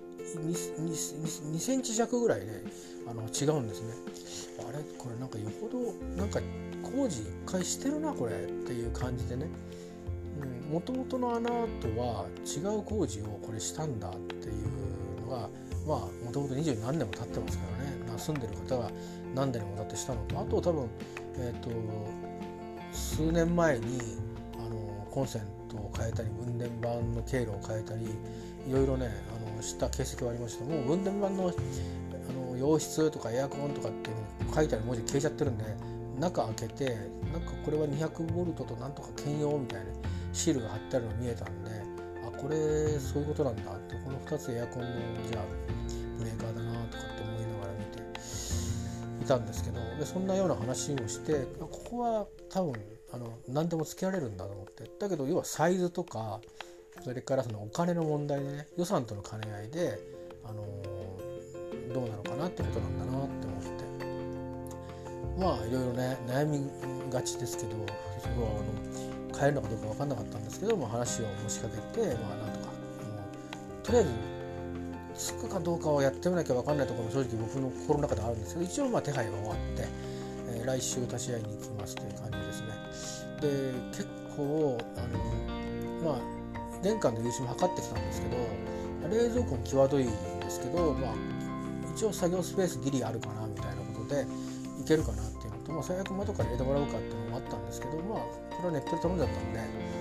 2, 2センチ弱ぐらいね、あの違うんですね。あれこれなんかよほどなんか工事いっかいしてるなこれっていう感じでね、もともとの穴とは違う工事をこれしたんだっていうのが、まあもともと二十何年も経ってますからね、住んでる方が何年も経ってしたのと、あと多分、えー、と数年前にあのコンセントを変えたり分電盤の経路を変えたりいろいろねあのした形跡がありました。もう分電盤の、あの洋室とかエアコンとかっていうの書いてある文字消えちゃってるんで、中開けてなんかこれはにひゃくボルトとなんとか兼用みたいなシールが貼ってあるのが見えたんで、あこれそういうことなんだって、このふたつエアコンのじゃあブレーカーだなとかって思いながら見ていたんですけど、でそんなような話をして、ここは多分あの何でもつけられるんだと思って、だけど要はサイズとかそれからそのお金の問題でね、予算との兼ね合いで、あのー、どうなのかなってことなんだなって思って、まあいろいろね悩みがちですけど、そこはあの買えるのかどうか分かんなかったんですけど、まあ、話を持ちかけて、まあ、なんとかとりあえずつくかどうかをやってみなきゃ分かんないところも正直僕の心の中であるんですけど、一応まあ手配が終わって、えー、来週立ち会いに行きますという感じですね。で結構あのまあ玄関の融資も測ってきたんですけど、冷蔵庫も際どいんですけど、まあ、一応作業スペースギリあるかなみたいなことでいけるかなっていうのと、まあ、最悪窓から入れてもらうかっていうのもあったんですけど、まあそれはネットで頼んじゃったんで、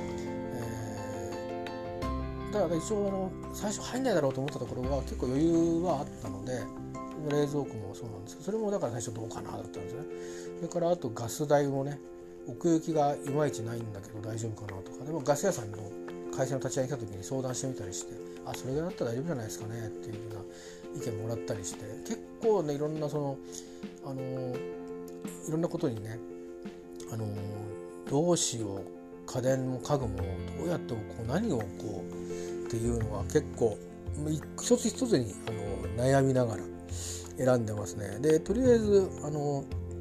えー、だから一応あの最初入んないだろうと思ったところは結構余裕はあったので、冷蔵庫もそうなんですけど、それもだから最初どうかなだったんですね。それからあとガス代もね、奥行きがいまいちないんだけど大丈夫かなとか、でもガス屋さんの会社の立ち上げた時に相談してみたりして、あそれぐらいだったら大丈夫じゃないですかねっていうような意見もらったりして、結構ねいろんなそのあのいろんなことにね、あのどうしよう、家電も家具もどうやって置こう、何を置こうっていうのは結構一つ一つにあの悩みながら選んでますね。でとりあえずあの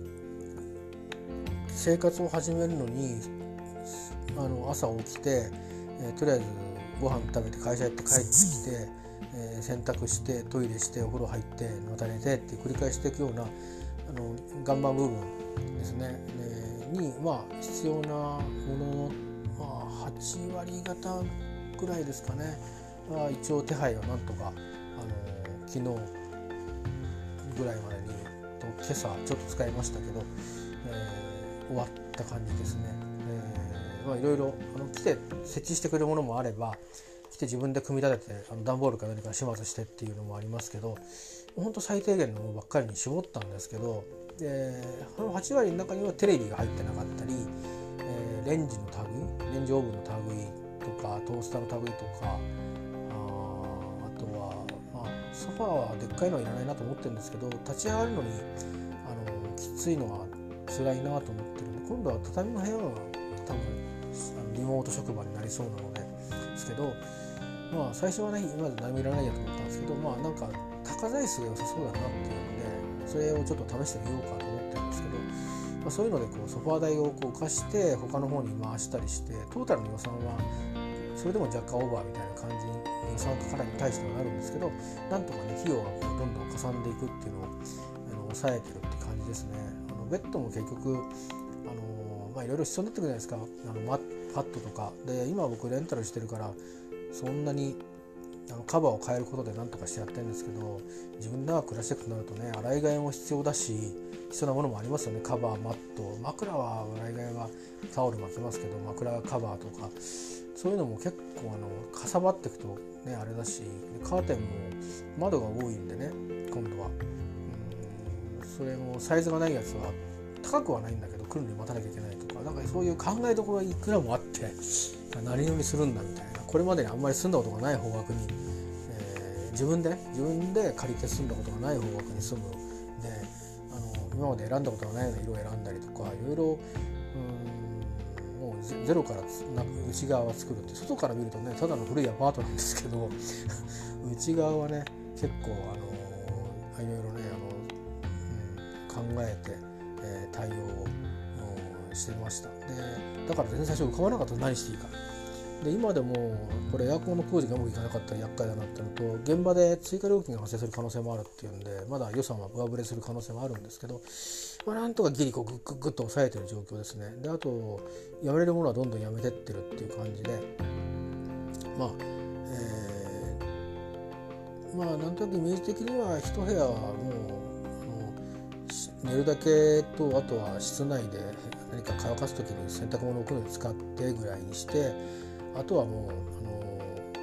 生活を始めるのにあの朝起きて、えー、とりあえずご飯食べて会社行って帰ってきて、えー、洗濯してトイレしてお風呂入ってまた寝てって繰り返していくようなあの岩盤部分ですね、えー、に、まあ、必要なものの、まあ、はちわり方ぐらいですかね、まあ、一応手配をなんとか、あのー、昨日ぐらいまでにと今朝ちょっと使いましたけど、えー、終わった感じですね。えーまあ、いろいろあの来て設置してくれるものもあれば、来て自分で組み立ててあの段ボールか何か始末してっていうのもありますけど、ほんと最低限のものばっかりに絞ったんですけど、でそのはち割の中にはテレビが入ってなかったり、えー、レンジの類レンジオーブンの類とかトースターの類とか、あ, あとは、まあ、ソファーはでっかいのはいらないなと思ってるんですけど、立ち上がるのにあのきついのは辛いなと思ってるんで、今度は畳の部屋は多分リモート職場になりそうなのでですけど、まあ最初はね今まで何もいらないやと思ったんですけど、まあなんか高座椅子が良さそうだなっていうので、それをちょっと試してみようかと思ってるんですけど、まあ、そういうのでこうソファー台をこう浮かして他の方に回したりして、トータルの予算はそれでも若干オーバーみたいな感じに予算かからに対してはなるんですけど、なんとかね費用がこうどんどんかさんでいくっていうのをあの抑えてるって感じですね。あのベッドも結局あのまあいろいろ必要になってくるじゃないですか、あのマパッドとかで、今僕レンタルしてるからそんなにあのカバーを変えることで何とかしてやってるんですけど、自分では暮らしていくとなるとね、洗い替えも必要だし必要なものもありますよね。カバー、マット、枕は洗い替えはタオル巻きますけど、枕カバーとかそういうのも結構あのかさばっていくとねあれだし、カーテンも窓が多いんでね、今度はうんそれもサイズがないやつは高くはないんだけど来るのに待たなきゃいけないとか、 なんかそういう考えどころがいくらもあって何乗りするんだみたいな、これまでにあんまり住んだことがない方角に、えー、自分でね自分で借りて住んだことがない方角に住むで、あの今まで選んだことがないような色を選んだりとかいろいろ、うんもうゼロからなんか内側は作るって、外から見るとねただの古いアパートなんですけど内側はね結構あのいろいろねあの、うん、考えて、えー、対応をしてました。でだから全然最初浮かばなかった。何していいかで、今でもこれエアコンの工事がうまくいかなかったら厄介だなっていうのと、現場で追加料金が発生する可能性もあるっていうんで、まだ予算は上振れする可能性もあるんですけど、まあ、なんとかギリこうグッグッグッと抑えてる状況ですね。であとやめれるものはどんどんやめてってるっていう感じで、まあ、えー、まあなんとなくイメージ的には一部屋はもうあの寝るだけと、あとは室内で何か乾かす時に洗濯物を置くのに使ってぐらいにして、あとはもうあの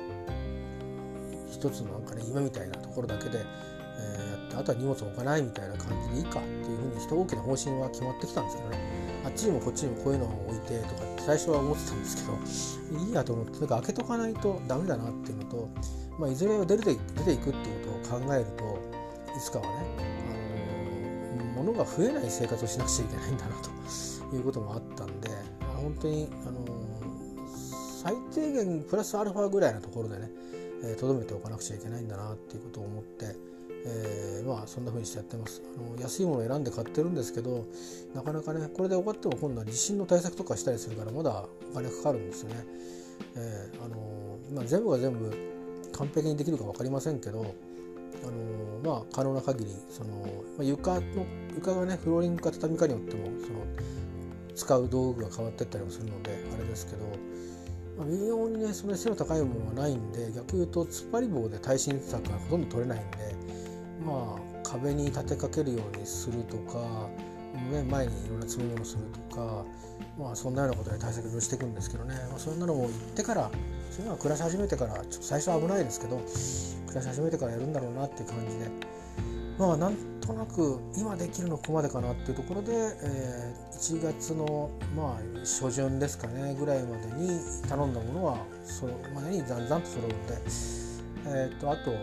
一つのなんかね夢みたいなところだけで、えー、やって、あとは荷物を置かないみたいな感じでいいかっていうふうにして大きな方針は決まってきたんですけどね。あっちにもこっちにもこういうのを置いてとかって最初は思ってたんですけど、いいやと思ってなんか開けとかないとダメだなっていうのと、まあ、いずれは出て出ていくっていうことを考えると、いつかはね、あのー、物が増えない生活をしなくちゃいけないんだなということもあったんで、本当にあのー、最低限プラスアルファぐらいのところでねとど、えー、めておかなくちゃいけないんだなっていうことを思って、えー、まあそんな風にしてやってます。あの安いものを選んで買ってるんですけど、なかなかねこれで終わっても今度は地震の対策とかしたりするからまだお金かかるんですよね。えーあのーまあ、全部が全部完璧にできるか分かりませんけど、あのー、まあ可能な限りその、まあ、床の床がねフローリングか畳かによってもその使う道具が変わっていったりもするのであれですけど、まあ、微妙にねその背の高いものはないんで、逆に言うと突っ張り棒で耐震策がほとんど取れないんで、まあ壁に立てかけるようにするとか、ね、前にいろんな積み物するとか、まあそんなようなことで対策をしていくんですけどね、まあ、そんなのも言ってから、そういうのは暮らし始めてから、ちょっと最初は危ないですけど暮らし始めてからやるんだろうなっていう感じで、まあなんとなく今できるのここまでかなっていうところで、えー、いちがつのまあ初旬ですかねぐらいまでに頼んだものはそれまでにざんざんと揃うんで、えー、とあと、うん、い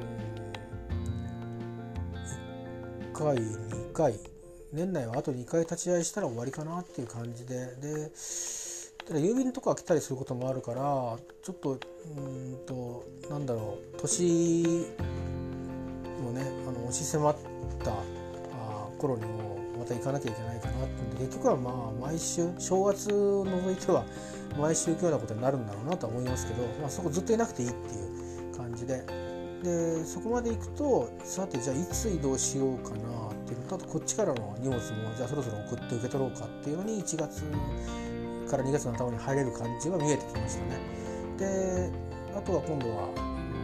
っかいにかい年内はあとにかい立ち会いしたら終わりかなっていう感じで、でただ郵便とか来たりすることもあるから、ちょっとうんとなんだろう年もねあの押し迫ったあ頃にもまた行かなきゃいけないかなってんで、結局はまあ毎週正月を除いては毎週行くようなことになるんだろうなとは思いますけど、まあ、そこずっといなくていいっていう感じで、でそこまで行くとさてじゃあいつ移動しようかなっていうのと、あとこっちからの荷物もじゃあそろそろ送って受け取ろうかっていうのにいちがつからにがつの頭に入れる感じは見えてきましたね。であとは今度は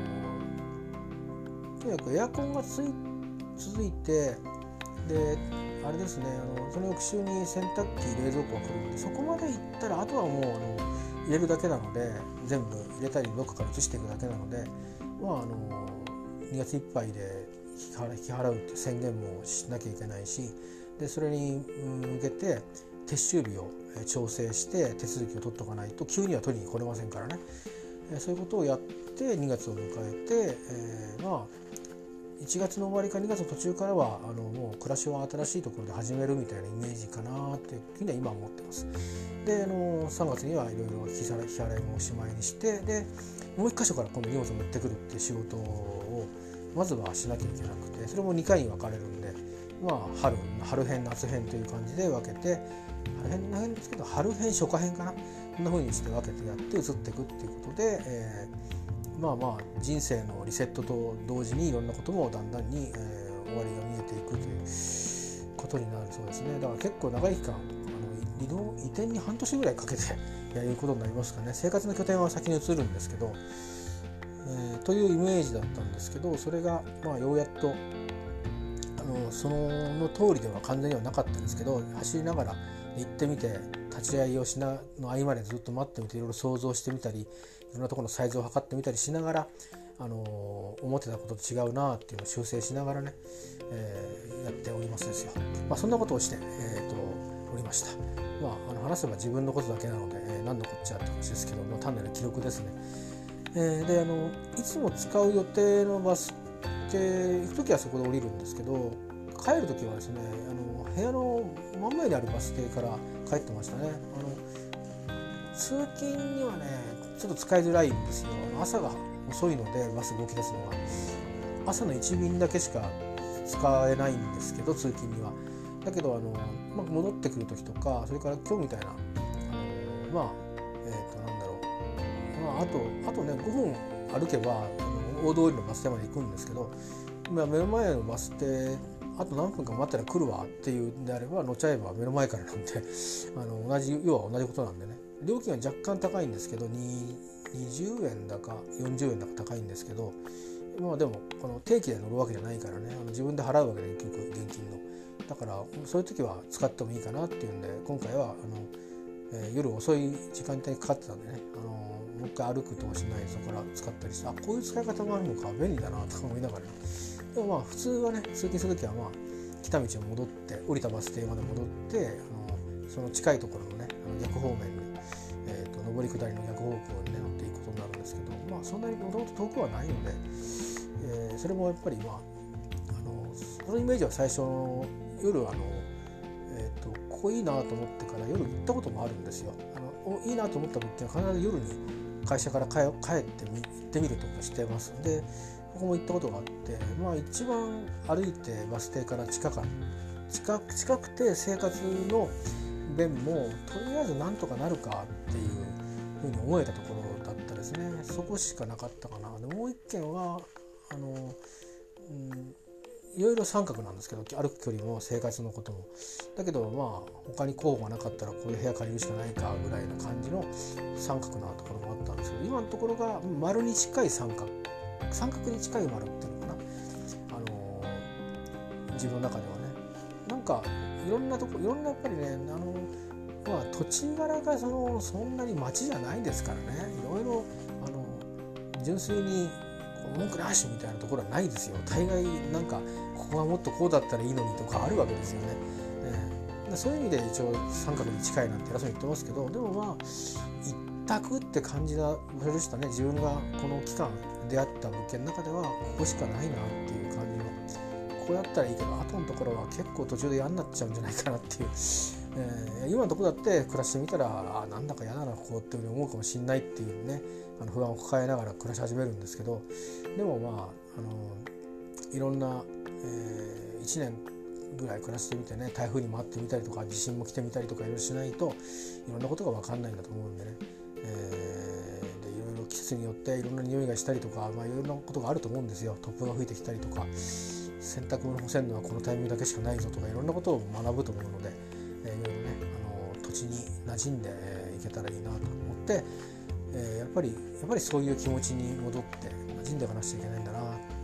とにかくエアコンがつい続いて、であれですね、あのその翌週に洗濯機冷蔵庫が来るんで、そこまで行ったらあとはもうあの入れるだけなので、全部入れたりどっかから移していくだけなので、まああのにがついっぱいで引き払うって宣言もしなきゃいけないし、でそれに向けて撤収日を調整して手続きを取っておかないと急には取りに来れませんからね。そういうことをやってにがつを迎えて、えー、まあいちがつの終わりかにがつの途中からはあのもう暮らしは新しいところで始めるみたいなイメージかなっていうふうには今思ってます。であのさんがつにはいろいろ引き払いもおしまいにして、でもう一箇所から今度荷物を持ってくるっていう仕事をまずはしなきゃいけなくて、それもにかいに分かれるんで、まあ春春編夏編という感じで分けて、春編なんですけど春編初夏編かな、こんな風にして分けてやって移っていくっていうことで、えー、まあまあ人生のリセットと同時にいろんなこともだんだんに、えー、終わりが見えていくということになるそうですね。だから結構長い期間あの移動移転に半年ぐらいかけてやることになりますかね。生活の拠点は先に移るんですけど、えー、というイメージだったんですけど、それがまあようやっとあのその通りでは完全にはなかったんですけど、走りながら行ってみて立ち会いをしなの合間でずっと待ってみていろいろ想像してみたり、いろんなところのサイズを測ってみたりしながら、あの思ってたことと違うなっていうのを修正しながらね、えー、やっておりますですよ。まあ、そんなことをして、えーとおりました。まあ、あの話せば自分のことだけなので、えー、何のこっちゃって話ですけども、単なる記録ですね。えー、であのいつも使う予定のバス停行くときはそこで降りるんですけど、帰るときはですね、あの部屋の真ん前にあるバス停から帰ってましたね。あの通勤にはねちょっと使いづらいんですよ。朝が遅いのでバス動き出すのが朝のいち便だけしか使えないんですけど、通勤には。だけどあの、まあ、戻ってくる時とか、それから今日みたいなあのまあえっ、ー、となんだろう、まあ、あとあとねごふん歩けばあの大通りのバス停まで行くんですけど、まあ、目の前のバス停あと何分か待ったら来るわっていうんであれば乗っちゃえば目の前からなんであの同じ要は同じことなんでね、料金は若干高いんですけどにじゅうえんだかよんじゅうえんだか高いんですけど、まあでもこの定期で乗るわけじゃないからね、あの自分で払うわけで結局現金のだからそういう時は使ってもいいかなっていうんで、今回はあの、えー、夜遅い時間帯にかかってたんでね、あのもう一回歩くとかしないでそこから使ったりして、あこういう使い方もあるのか便利だなとか思いながら、ね、でもまあ普通はね通勤する時はまあ来た道を戻って降りたバス停まで戻ってあのその近いところのねあの逆方面に、えー、と上り下りの逆方向に、ね、乗っていくことになるんですけど、まあそんなにもともと遠くはないので、えー、それもやっぱりまああのそのイメージは最初夜あの、えー、とここいいなと思ってから夜行ったこともあるんですよ。あのいいなと思った物件は必ず夜に会社から帰ってみ行ってみるとかしてますんで、ここも行ったことがあって、まあ一番歩いてバス停から近か近近くて生活の便もとりあえずなんとかなるかっていうふうに思えたところだったですね。そこしかなかったかな。でもう一軒はあの、うんいろいろ三角なんですけど、歩く距離も生活のこともだけど、まあ他に候補がなかったらこういう部屋借りるしかないかぐらいの感じの三角なところもあったんですけど、今のところが丸に近い三角三角に近い丸っていうのかな、あのー、自分の中ではね、なんかいろんなとこいろんなやっぱりね、あのー、まあ土地柄がそのそんなに町じゃないですからね、いろいろあの純粋に文句なしみたいなところはないですよ。大概なんかここはもっとこうだったらいいのにとかあるわけですよね。えー、そういう意味で一応三角に近いなんて偉そうに言ってますけど、でもまあ一択って感じがでしたね。自分がこの期間出会った物件の中ではここしかないなっていう感じの、ここだったらいいけど後のところは結構途中で嫌になっちゃうんじゃないかなっていう、えー、今のところだって暮らしてみたらあなんだか嫌だなここっていうふうに思うかもしれないっていうね、あの不安を抱えながら暮らし始めるんですけど、でもまあ、あのいろんな、えー、いちねんぐらい暮らしてみてね、台風にもあってみたりとか地震も来てみたりとかいろいろしないといろんなことが分かんないんだと思うんでね、えー、でいろいろ季節によっていろんな匂いがしたりとか、まあ、いろんなことがあると思うんですよ。突風が吹いてきたりとか、洗濯物干せるのはこのタイミングだけしかないぞとか、いろんなことを学ぶと思うので、えー、いろいろねあの土地に馴染んでい、えー、けたらいいなと思って、えー、やっぱりやっぱりそういう気持ちに戻って馴染んでいかなくちゃいけないんだなって、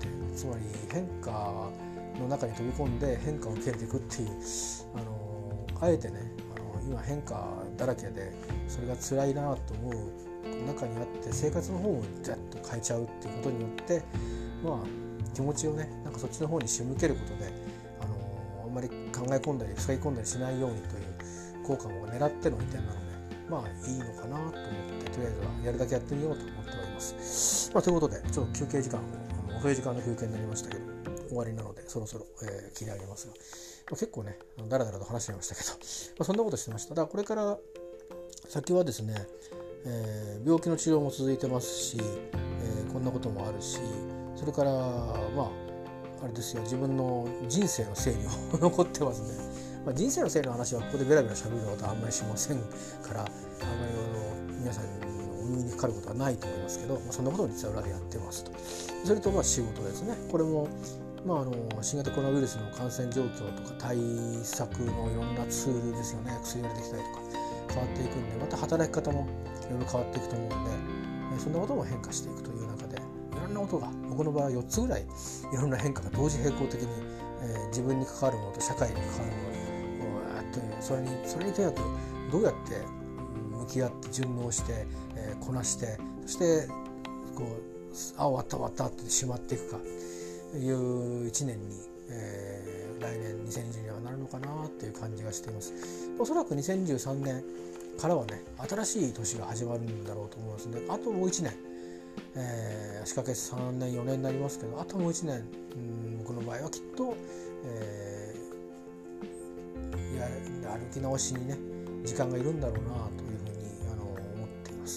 つまり変化の中に飛び込んで変化を受け入れていくっていう、あのあえてねあの今変化だらけでそれが辛いなと思う中にあって生活の方もザッと変えちゃうっていうことによって、まあ気持ちをねなんかそっちの方に仕向けることで、あのあんまり考え込んだり塞ぎ込んだりしないようにという効果も狙っての移転なので、まあいいのかなと思ってとりあえずはやるだけやってみようと思っております。まあ、ということでちょっと休憩時間あの遅い時間の休憩になりましたけど終わりなのでそろそろ、えー、切り上げますが、まあ、結構ねだらだらと話しちゃいましたけど、まあ、そんなことしてました。だからこれから先はですね、えー、病気の治療も続いてますし、えー、こんなこともあるし、それからまああれですよ、自分の人生の整理も残ってますね。まあ、人生の整理の話はここでベラベラ喋ることはあんまりしませんから、あんまりあの皆さんにお耳にかかることはないと思いますけど、まあ、そんなことを実は裏でやってますと。それとまあ仕事ですね。これも、まあ、あの新型コロナウイルスの感染状況とか対策のいろんなツールですよね。薬が出てきたりとか変わっていくんで、また働き方もいろいろ変わっていくと思うんで、そんなことも変化していくという中で、いろんなことが僕の場合はよっつぐらいいろんな変化が同時並行的に、えー、自分に関わるものと社会に関わるものそれにそれにとにかくどうやって向き合って順応して、えー、こなして、そしてこうあ終わった終わったってしまっていくかといういちねんに、え来年にせんにじゅうにねんはなるのかなっていう感じがしています。おそらくにせんじゅうさんねんからはね新しい年が始まるんだろうと思いますので、あともういちねん、えー、足掛けさんねんよねんになりますけど、あともういちねん、うん、僕の場合はきっと、えー、や歩き直しにね時間がいるんだろうなというふうにあの思っています。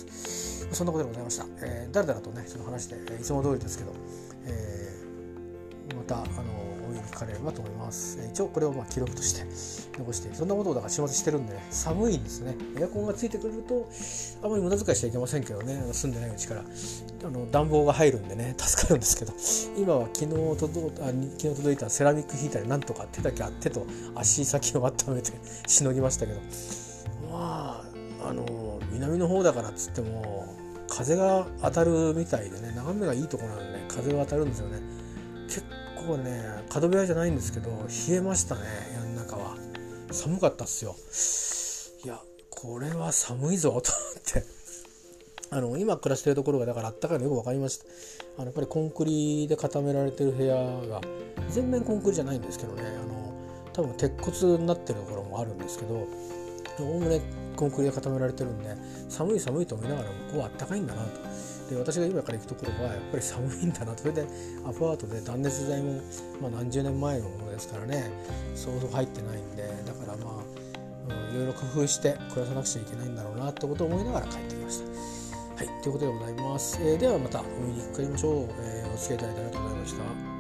そんなことでございました。えー、だらだらとねちょっと話して、いつも通りですけど、えー、またあのお耳にかかれればと思います。一応これをまあ記録として残して、そんなことをだから週末してるんでね、寒いんですね。エアコンがついてくるとあまり無駄遣いしちゃいけませんけどね、住んでないうちからあの暖房が入るんでね助かるんですけど、今は昨日届あ昨日届いたセラミックヒーターでなんとか手だけ手と足先を温めてしのぎましたけど、まああの南の方だからっつっても風が当たるみたいでね、眺めがいいところなんで風が当たるんですよね。結構ね角部屋じゃないんですけど冷えましたね。部屋の中は寒かったっすよ。いやこれは寒いぞと思ってあの今暮らしてるところがだからあったかいのよく分かりました。あのやっぱりコンクリで固められてる部屋が全面コンクリじゃないんですけどね、あの多分鉄骨になってるところもあるんですけど、おおむねコンクリで固められてるんで寒い寒いと思いながらもここはあったかいんだなと。で私が今から行くところはやっぱり寒いんだなと。それでアパートで断熱材も、まあ、何十年前のものですからね、そうそう入ってないんで、だからまあ、うん、いろいろ工夫して暮らさなくちゃいけないんだろうなってことを思いながら帰ってきました。はい、ということでございます。えー、ではまたお見にかかりましょう。えー、お付き合いいただいてありがとうございました。